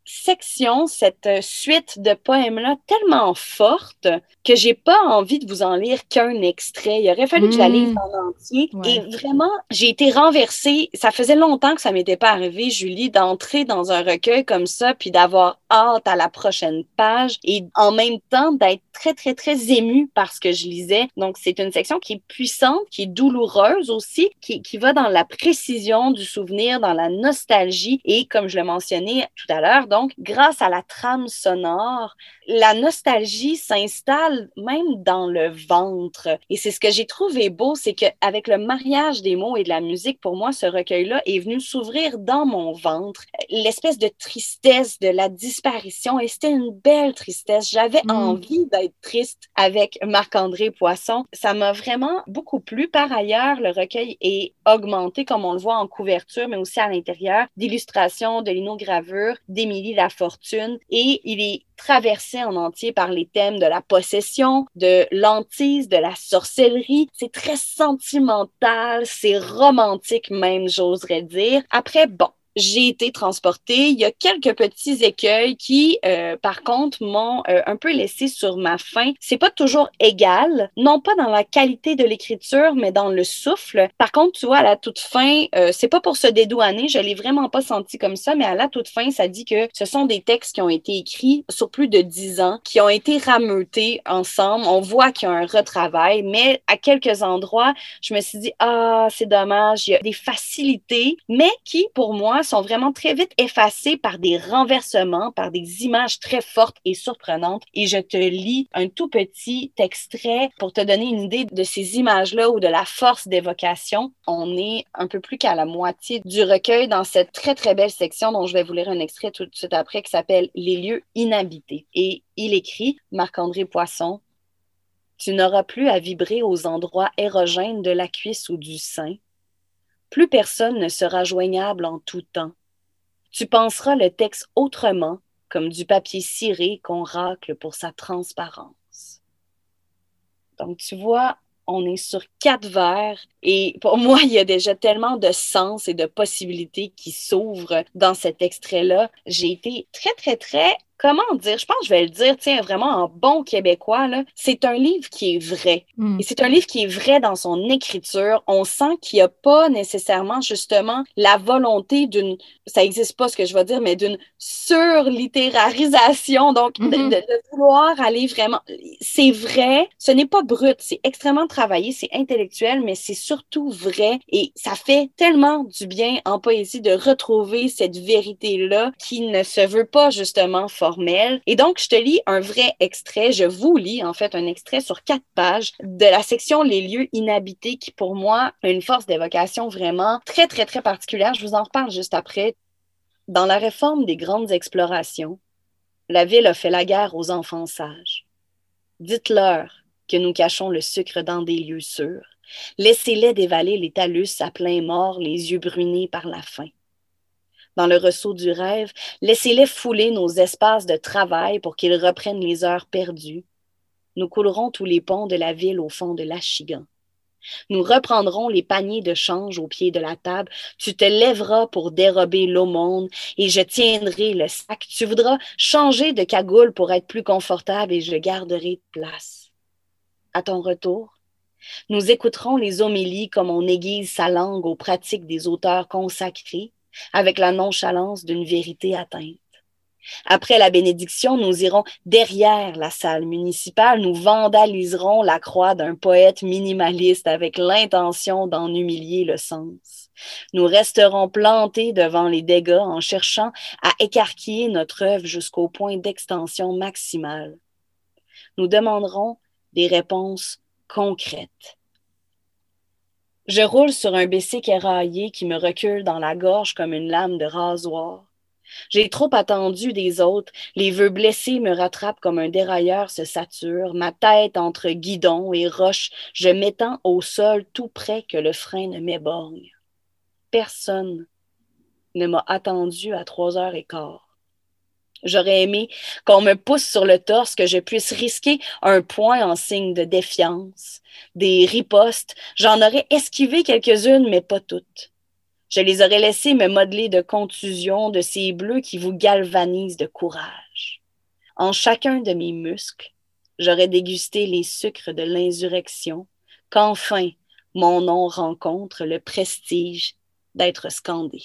section, cette suite de poèmes-là tellement forte que j'ai pas envie de vous en lire qu'un extrait. Il aurait fallu mmh. que je la lise en entier. Ouais. Et vraiment, j'ai été renversée. Ça faisait longtemps que ça m'était pas arrivé, Julie, d'entrer dans un recueil comme ça puis d'avoir hâte à la prochaine page et en même temps d'être très, très, très émue par ce que je lisais. Donc, c'est une section qui est puissante, qui est douloureuse aussi, qui, qui va dans la précision du souvenir, dans la nostalgie et, comme je le mentionnais tout à l'heure, donc, grâce à la trame sonore, la nostalgie s'installe même dans le ventre. Et c'est ce que j'ai trouvé beau, c'est qu'avec le mariage des mots et de la musique, pour moi, ce recueil-là est venu s'ouvrir dans mon ventre. L'espèce de tristesse de la disparition, et c'était une belle tristesse. J'avais mmh. envie d'être triste avec Marc-André Poisson. Ça m'a vraiment beaucoup plu. Par ailleurs, le recueil est augmenté, comme on le voit en couverture, mais aussi à l'intérieur, d'illustrations, de linogravures d'Émilie Lafortune, et il est traversé en entier par les thèmes de la possession, de l'hantise, de la sorcellerie. C'est très sentimental, c'est romantique même, j'oserais dire. Après, bon, j'ai été transportée. Il y a quelques petits écueils qui, euh, par contre, m'ont euh, un peu laissé sur ma faim. C'est pas toujours égal, non pas dans la qualité de l'écriture, mais dans le souffle. Par contre, tu vois, à la toute fin, euh, c'est pas pour se dédouaner, je l'ai vraiment pas senti comme ça, mais à la toute fin, ça dit que ce sont des textes qui ont été écrits sur plus de dix ans, qui ont été rameutés ensemble. On voit qu'il y a un retravail, mais à quelques endroits, je me suis dit, ah, c'est dommage, il y a des facilités, mais qui, pour moi, sont vraiment très vite effacés par des renversements, par des images très fortes et surprenantes. Et je te lis un tout petit extrait pour te donner une idée de ces images-là ou de la force d'évocation. On est un peu plus qu'à la moitié du recueil dans cette très, très belle section dont je vais vous lire un extrait tout de suite après qui s'appelle « Les lieux inhabités ». Et il écrit, Marc-André Poisson, « Tu n'auras plus à vibrer aux endroits érogènes de la cuisse ou du sein. Plus personne ne sera joignable en tout temps. Tu penseras le texte autrement, comme du papier ciré qu'on racle pour sa transparence. » Donc, tu vois, on est sur quatre vers et pour moi, il y a déjà tellement de sens et de possibilités qui s'ouvrent dans cet extrait-là. J'ai été très, très, très... Comment dire? Je pense que je vais le dire, tiens, vraiment en bon québécois, là. C'est un livre qui est vrai. Mm. Et c'est un livre qui est vrai dans son écriture. On sent qu'il n'y a pas nécessairement, justement, la volonté d'une, ça n'existe pas ce que je vais dire, mais d'une surlittérarisation. Donc, mm-hmm. de, de, de vouloir aller vraiment... C'est vrai, ce n'est pas brut, c'est extrêmement travaillé, c'est intellectuel, mais c'est surtout vrai. Et ça fait tellement du bien en poésie de retrouver cette vérité-là qui ne se veut pas, justement, formelle. Et donc, je te lis un vrai extrait, je vous lis en fait un extrait sur quatre pages de la section « Les lieux inhabités » qui, pour moi, a une force d'évocation vraiment très, très, très particulière. Je vous en reparle juste après. Dans la réforme des grandes explorations, la ville a fait la guerre aux enfants sages. Dites-leur que nous cachons le sucre dans des lieux sûrs. Laissez-les dévaler les talus à plein mort, les yeux brunés par la faim. Dans le ressaut du rêve, laissez-les fouler nos espaces de travail pour qu'ils reprennent les heures perdues. Nous coulerons tous les ponts de la ville au fond de l'Achigan. Nous reprendrons les paniers de change au pied de la table. Tu te lèveras pour dérober l'aumône et je tiendrai le sac. Tu voudras changer de cagoule pour être plus confortable et je garderai place. À ton retour, nous écouterons les homélies comme on aiguise sa langue aux pratiques des auteurs consacrés, avec la nonchalance d'une vérité atteinte. Après la bénédiction, nous irons derrière la salle municipale, nous vandaliserons la croix d'un poète minimaliste avec l'intention d'en humilier le sens. Nous resterons plantés devant les dégâts en cherchant à écarquiller notre œuvre jusqu'au point d'extension maximale. Nous demanderons des réponses concrètes. Je roule sur un bicycle éraillé qui me recule dans la gorge comme une lame de rasoir. J'ai trop attendu des autres, les vœux blessés me rattrapent comme un dérailleur se sature, ma tête entre guidon et roche, je m'étends au sol tout près que le frein ne m'éborgne. Personne ne m'a attendu à trois heures et quart. J'aurais aimé qu'on me pousse sur le torse, que je puisse risquer un point en signe de défiance. Des ripostes, j'en aurais esquivé quelques-unes, mais pas toutes. Je les aurais laissés me modeler de contusion de ces bleus qui vous galvanisent de courage. En chacun de mes muscles, j'aurais dégusté les sucres de l'insurrection, qu'enfin mon nom rencontre le prestige d'être scandé.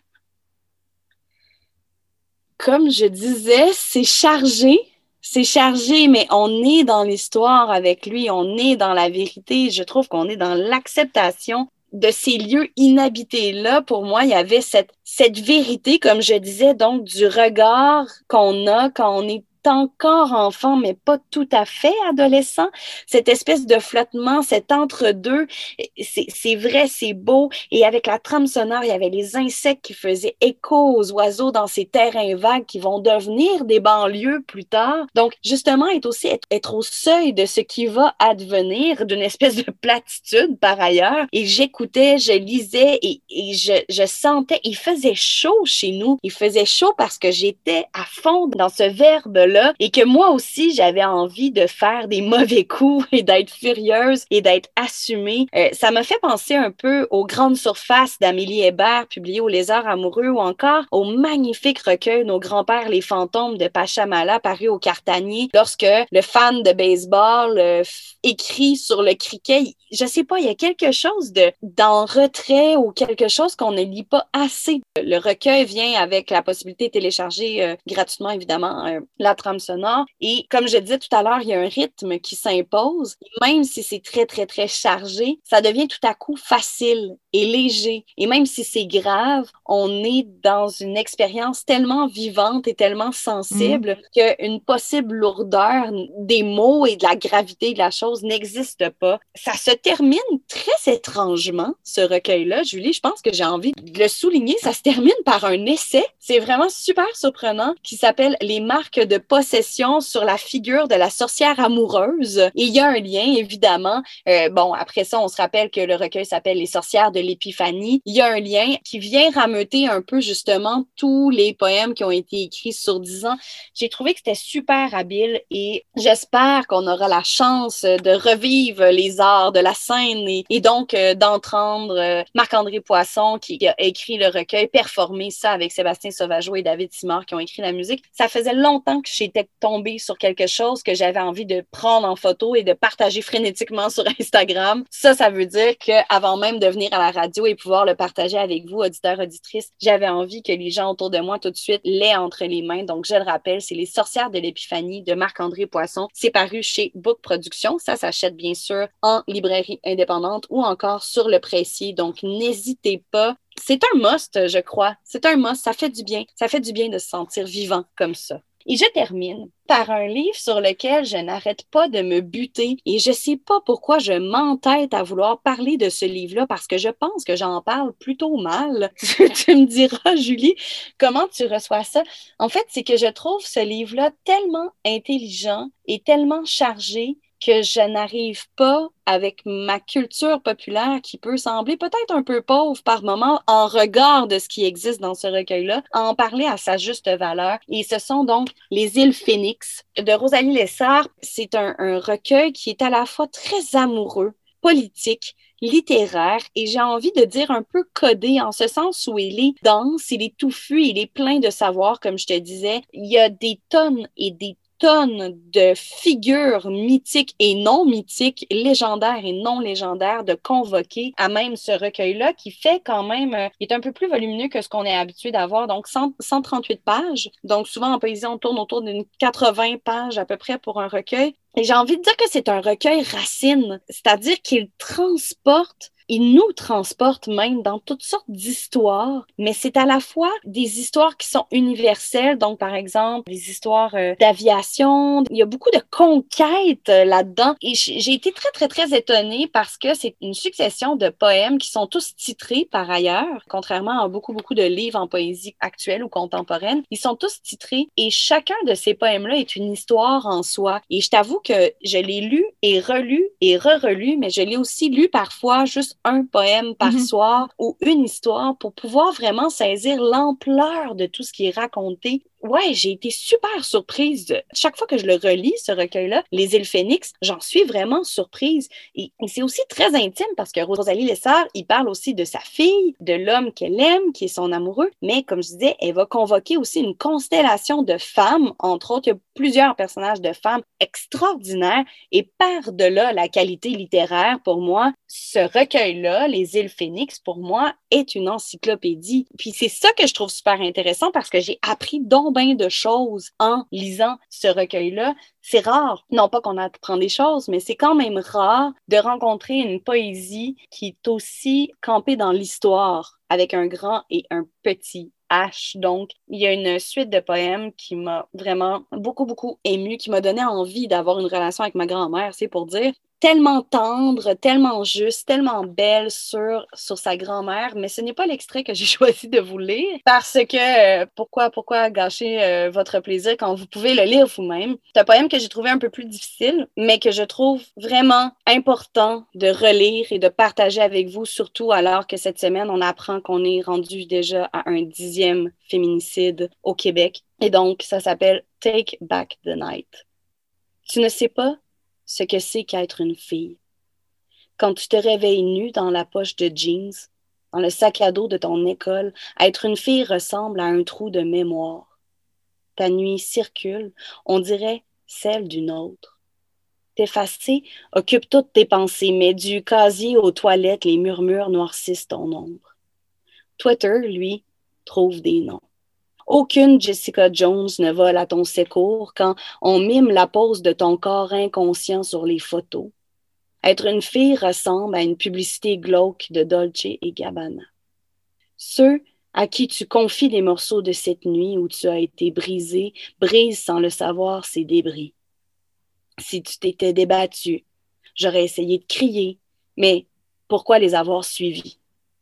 Comme je disais, c'est chargé, c'est chargé, mais on est dans l'histoire avec lui, on est dans la vérité. Je trouve qu'on est dans l'acceptation de ces lieux inhabités-là. Pour moi, il y avait cette, cette vérité, comme je disais, donc du regard qu'on a quand on est encore enfant, mais pas tout à fait adolescent. Cette espèce de flottement, cet entre-deux, c'est, c'est vrai, c'est beau. Et avec la trame sonore, il y avait les insectes qui faisaient écho aux oiseaux dans ces terrains vagues qui vont devenir des banlieues plus tard. Donc, justement, être aussi être, être au seuil de ce qui va advenir, d'une espèce de platitude par ailleurs. Et j'écoutais, je lisais et, et je, je sentais, il faisait chaud chez nous. Il faisait chaud parce que j'étais à fond dans ce verbe-là et que moi aussi, j'avais envie de faire des mauvais coups et d'être furieuse et d'être assumée. Euh, ça m'a fait penser un peu aux Grandes surfaces d'Amélie Hébert, publiées au Lézard amoureux, ou encore au magnifique recueil Nos grands-pères les fantômes de Pachamala, paru au Cartanier, lorsque le fan de baseball euh, écrit sur le criquet. Je sais pas, il y a quelque chose de d'en retrait ou quelque chose qu'on ne lit pas assez. Le recueil vient avec la possibilité de télécharger euh, gratuitement, évidemment, euh, la trame sonore. Et comme je disais tout à l'heure, il y a un rythme qui s'impose. Même si c'est très, très, très chargé, ça devient tout à coup facile et léger. Et même si c'est grave, on est dans une expérience tellement vivante et tellement sensible mmh. qu'une possible lourdeur des mots et de la gravité de la chose n'existe pas. Ça se termine très étrangement, ce recueil-là, Julie. Je pense que j'ai envie de le souligner. Ça se termine par un essai. C'est vraiment super surprenant qui s'appelle « Les marques de possession sur la figure de la sorcière amoureuse ». Et il y a un lien, évidemment. Euh, bon, après ça, on se rappelle que le recueil s'appelle « Les sorcières de l'épiphanie ». Il y a un lien qui vient rameuter un peu, justement, tous les poèmes qui ont été écrits sur dix ans. J'ai trouvé que c'était super habile et j'espère qu'on aura la chance de revivre les arts de la scène et, et donc euh, d'entendre euh, Marc-André Poisson qui a écrit le recueil, performer ça avec Sébastien Sauvageau et David Simard qui ont écrit la musique. Ça faisait longtemps que j'étais tombée sur quelque chose que j'avais envie de prendre en photo et de partager frénétiquement sur Instagram. Ça, ça veut dire qu'avant même de venir à la radio et pouvoir le partager avec vous, auditeurs, auditrices, j'avais envie que les gens autour de moi tout de suite l'aient entre les mains. Donc, je le rappelle, c'est Les sorcières de l'épiphanie de Marc-André Poisson. C'est paru chez Book Productions. Ça s'achète bien sûr en librairie indépendante ou encore sur le pressier. Donc, n'hésitez pas. C'est un must, je crois. C'est un must. Ça fait du bien. Ça fait du bien de se sentir vivant comme ça. Et je termine par un livre sur lequel je n'arrête pas de me buter et je sais pas pourquoi je m'entête à vouloir parler de ce livre-là parce que je pense que j'en parle plutôt mal. Tu me diras, Julie, comment tu reçois ça? En fait, c'est que je trouve ce livre-là tellement intelligent et tellement chargé que je n'arrive pas, avec ma culture populaire qui peut sembler peut-être un peu pauvre par moment en regard de ce qui existe dans ce recueil-là, à en parler à sa juste valeur. Et ce sont donc Les îles Phénix de Rosalie Lessard. C'est un, un recueil qui est à la fois très amoureux, politique, littéraire, et j'ai envie de dire un peu codé, en ce sens où il est dense, il est touffu, il est plein de savoir, comme je te disais. Il y a des tonnes et des tonnes de figures mythiques et non mythiques, légendaires et non légendaires, de convoquer à même ce recueil-là, qui fait quand même, euh, il est un peu plus volumineux que ce qu'on est habitué d'avoir, donc cent, cent trente-huit pages. Donc souvent en poésie, on tourne autour d'une quatre-vingts pages à peu près pour un recueil. Et j'ai envie de dire que c'est un recueil racine, c'est-à-dire qu'il transporte il nous transporte même dans toutes sortes d'histoires, mais c'est à la fois des histoires qui sont universelles, donc par exemple des histoires euh, d'aviation. Il y a beaucoup de conquêtes euh, là-dedans et j'ai été très, très, très étonnée parce que c'est une succession de poèmes qui sont tous titrés par ailleurs, contrairement à beaucoup, beaucoup de livres en poésie actuelle ou contemporaine. Ils sont tous titrés et chacun de ces poèmes-là est une histoire en soi. Et je t'avoue que je l'ai lu et relu et re-relu, mais je l'ai aussi lu parfois juste un poème par mm-hmm. soir ou une histoire pour pouvoir vraiment saisir l'ampleur de tout ce qui est raconté. ouais, j'ai été super surprise. Chaque fois que je le relis, ce recueil-là, Les îles Phénix, j'en suis vraiment surprise. Et, et c'est aussi très intime parce que Rosalie Lessard, il parle aussi de sa fille, de l'homme qu'elle aime, qui est son amoureux. Mais comme je disais, elle va convoquer aussi une constellation de femmes. Entre autres, il y a plusieurs personnages de femmes extraordinaires. Et par-delà la qualité littéraire, pour moi, ce recueil-là, Les îles Phénix, pour moi, est une encyclopédie. Puis c'est ça que je trouve super intéressant parce que j'ai appris donc bien de choses en lisant ce recueil-là. C'est rare, non pas qu'on apprend des choses, mais c'est quand même rare de rencontrer une poésie qui est aussi campée dans l'histoire, avec un grand et un petit H. Donc, il y a une suite de poèmes qui m'a vraiment beaucoup, beaucoup émue, qui m'a donné envie d'avoir une relation avec ma grand-mère, c'est pour dire. Tellement tendre, tellement juste, tellement belle sur, sur sa grand-mère, mais ce n'est pas l'extrait que j'ai choisi de vous lire parce que euh, pourquoi, pourquoi gâcher euh, votre plaisir quand vous pouvez le lire vous-même? C'est un poème que j'ai trouvé un peu plus difficile, mais que je trouve vraiment important de relire et de partager avec vous, surtout alors que cette semaine, on apprend qu'on est rendu déjà à un dixième féminicide au Québec. Et donc, ça s'appelle « Take Back the Night ». Tu ne sais pas ce que c'est qu'être une fille. Quand tu te réveilles nue dans la poche de jeans, dans le sac à dos de ton école, être une fille ressemble à un trou de mémoire. Ta nuit circule, on dirait celle d'une autre. T'effacer occupe toutes tes pensées, mais du casier aux toilettes, les murmures noircissent ton ombre. Twitter, lui, trouve des noms. Aucune Jessica Jones ne vole à ton secours quand on mime la pose de ton corps inconscient sur les photos. Être une fille ressemble à une publicité glauque de Dolce et Gabbana. Ceux à qui tu confies des morceaux de cette nuit où tu as été brisé brisent sans le savoir ces débris. Si tu t'étais débattu, j'aurais essayé de crier, mais pourquoi les avoir suivis?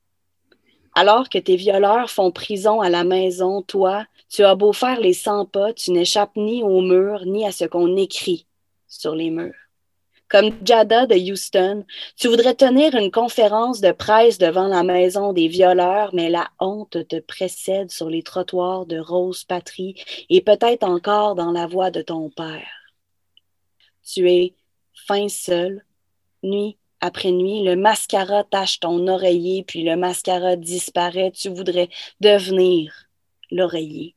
Alors que tes violeurs font prison à la maison, toi, tu as beau faire les cent pas, tu n'échappes ni au mur, ni à ce qu'on écrit sur les murs. Comme Jada de Houston, tu voudrais tenir une conférence de presse devant la maison des violeurs, mais la honte te précède sur les trottoirs de Rose Patrie et peut-être encore dans la voix de ton père. Tu es fin seul, nuit après nuit, le mascara tache ton oreiller, puis le mascara disparaît. Tu voudrais devenir l'oreiller.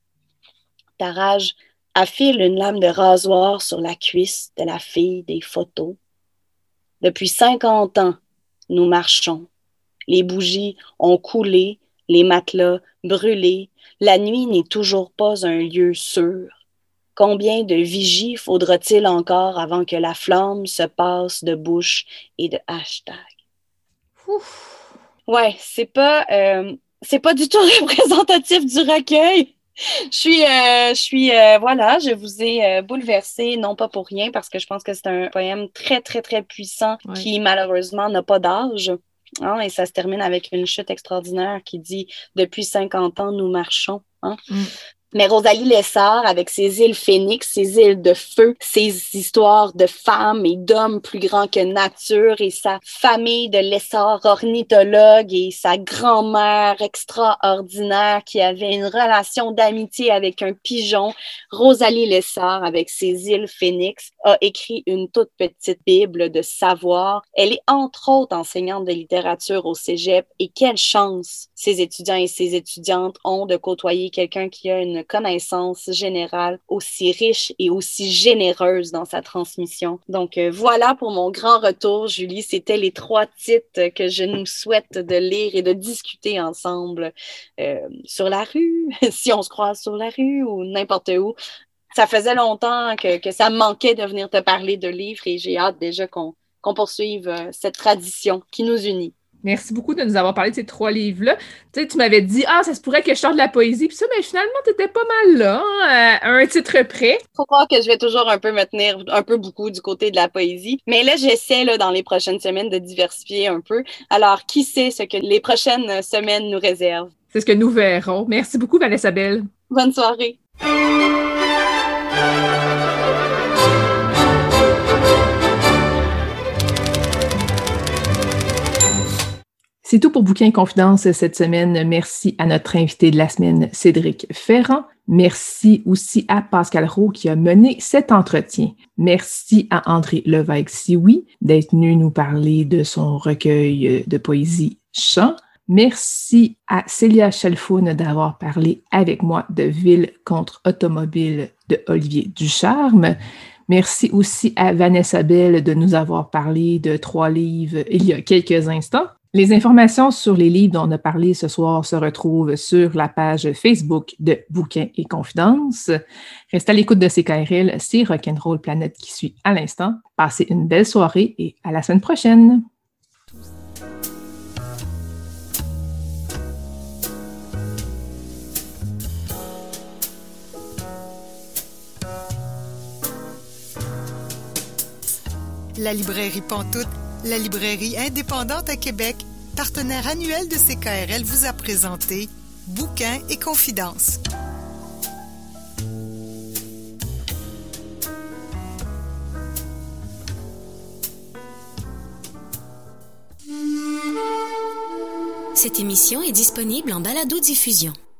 Ta rage affile une lame de rasoir sur la cuisse de la fille des photos. Depuis cinquante ans, nous marchons. Les bougies ont coulé, les matelas brûlés. La nuit n'est toujours pas un lieu sûr. Combien de vigies faudra-t-il encore avant que la flamme se passe de bouche et de hashtag? Ouf. Ouais, c'est pas, euh, c'est pas du tout représentatif du recueil. Je suis, euh, je suis, euh, voilà, je vous ai euh, bouleversé, non pas pour rien, parce que je pense que c'est un poème très, très, très puissant ouais. qui, malheureusement, n'a pas d'âge. Hein, et ça se termine avec une chute extraordinaire qui dit « Depuis cinquante ans, nous marchons. Hein? » Mm. Mais Rosalie Lessard, avec ses îles Phénix, ses îles de feu, ses histoires de femmes et d'hommes plus grands que nature et sa famille de Lessard ornithologue et sa grand-mère extraordinaire qui avait une relation d'amitié avec un pigeon, Rosalie Lessard, avec ses îles Phénix, a écrit une toute petite bible de savoir. Elle est entre autres enseignante de littérature au cégep et quelle chance ces étudiants et ces étudiantes ont de côtoyer quelqu'un qui a une connaissance générale aussi riche et aussi généreuse dans sa transmission. Donc euh, voilà pour mon grand retour, Julie. C'était les trois titres que je nous souhaite de lire et de discuter ensemble euh, sur la rue, si on se croise sur la rue ou n'importe où. Ça faisait longtemps que, que ça me manquait de venir te parler de livres et j'ai hâte déjà qu'on, qu'on poursuive euh, cette tradition qui nous unit. Merci beaucoup de nous avoir parlé de ces trois livres-là. Tu sais, tu m'avais dit « Ah, ça se pourrait que je sorte de la poésie. » Puis ça, mais finalement, tu étais pas mal là, hein, à un titre près. Faut croire que je vais toujours un peu me tenir un peu beaucoup du côté de la poésie. Mais là, j'essaie là, dans les prochaines semaines de diversifier un peu. Alors, qui sait ce que les prochaines semaines nous réservent? C'est ce que nous verrons. Merci beaucoup, Vanessa Bell. Bonne soirée. C'est tout pour Bouquin Confidence cette semaine. Merci à notre invité de la semaine, Cédric Ferrand. Merci aussi à Pascal Roux qui a mené cet entretien. Merci à André Levesque-Sioui d'être venu nous parler de son recueil de poésie Chant. Merci à Célia Chalfoun d'avoir parlé avec moi de Ville contre automobile de Olivier Ducharme. Merci aussi à Vanessa Bell de nous avoir parlé de trois livres il y a quelques instants. Les informations sur les livres dont on a parlé ce soir se retrouvent sur la page Facebook de Bouquins et Confidences. Restez à l'écoute de C K R L, c'est Rock'n'Roll Planète qui suit à l'instant. Passez une belle soirée et à la semaine prochaine! La librairie Pantoute, la librairie indépendante à Québec, partenaire annuel de C K R L, vous a présenté Bouquins et Confidences. Cette émission est disponible en balado-diffusion.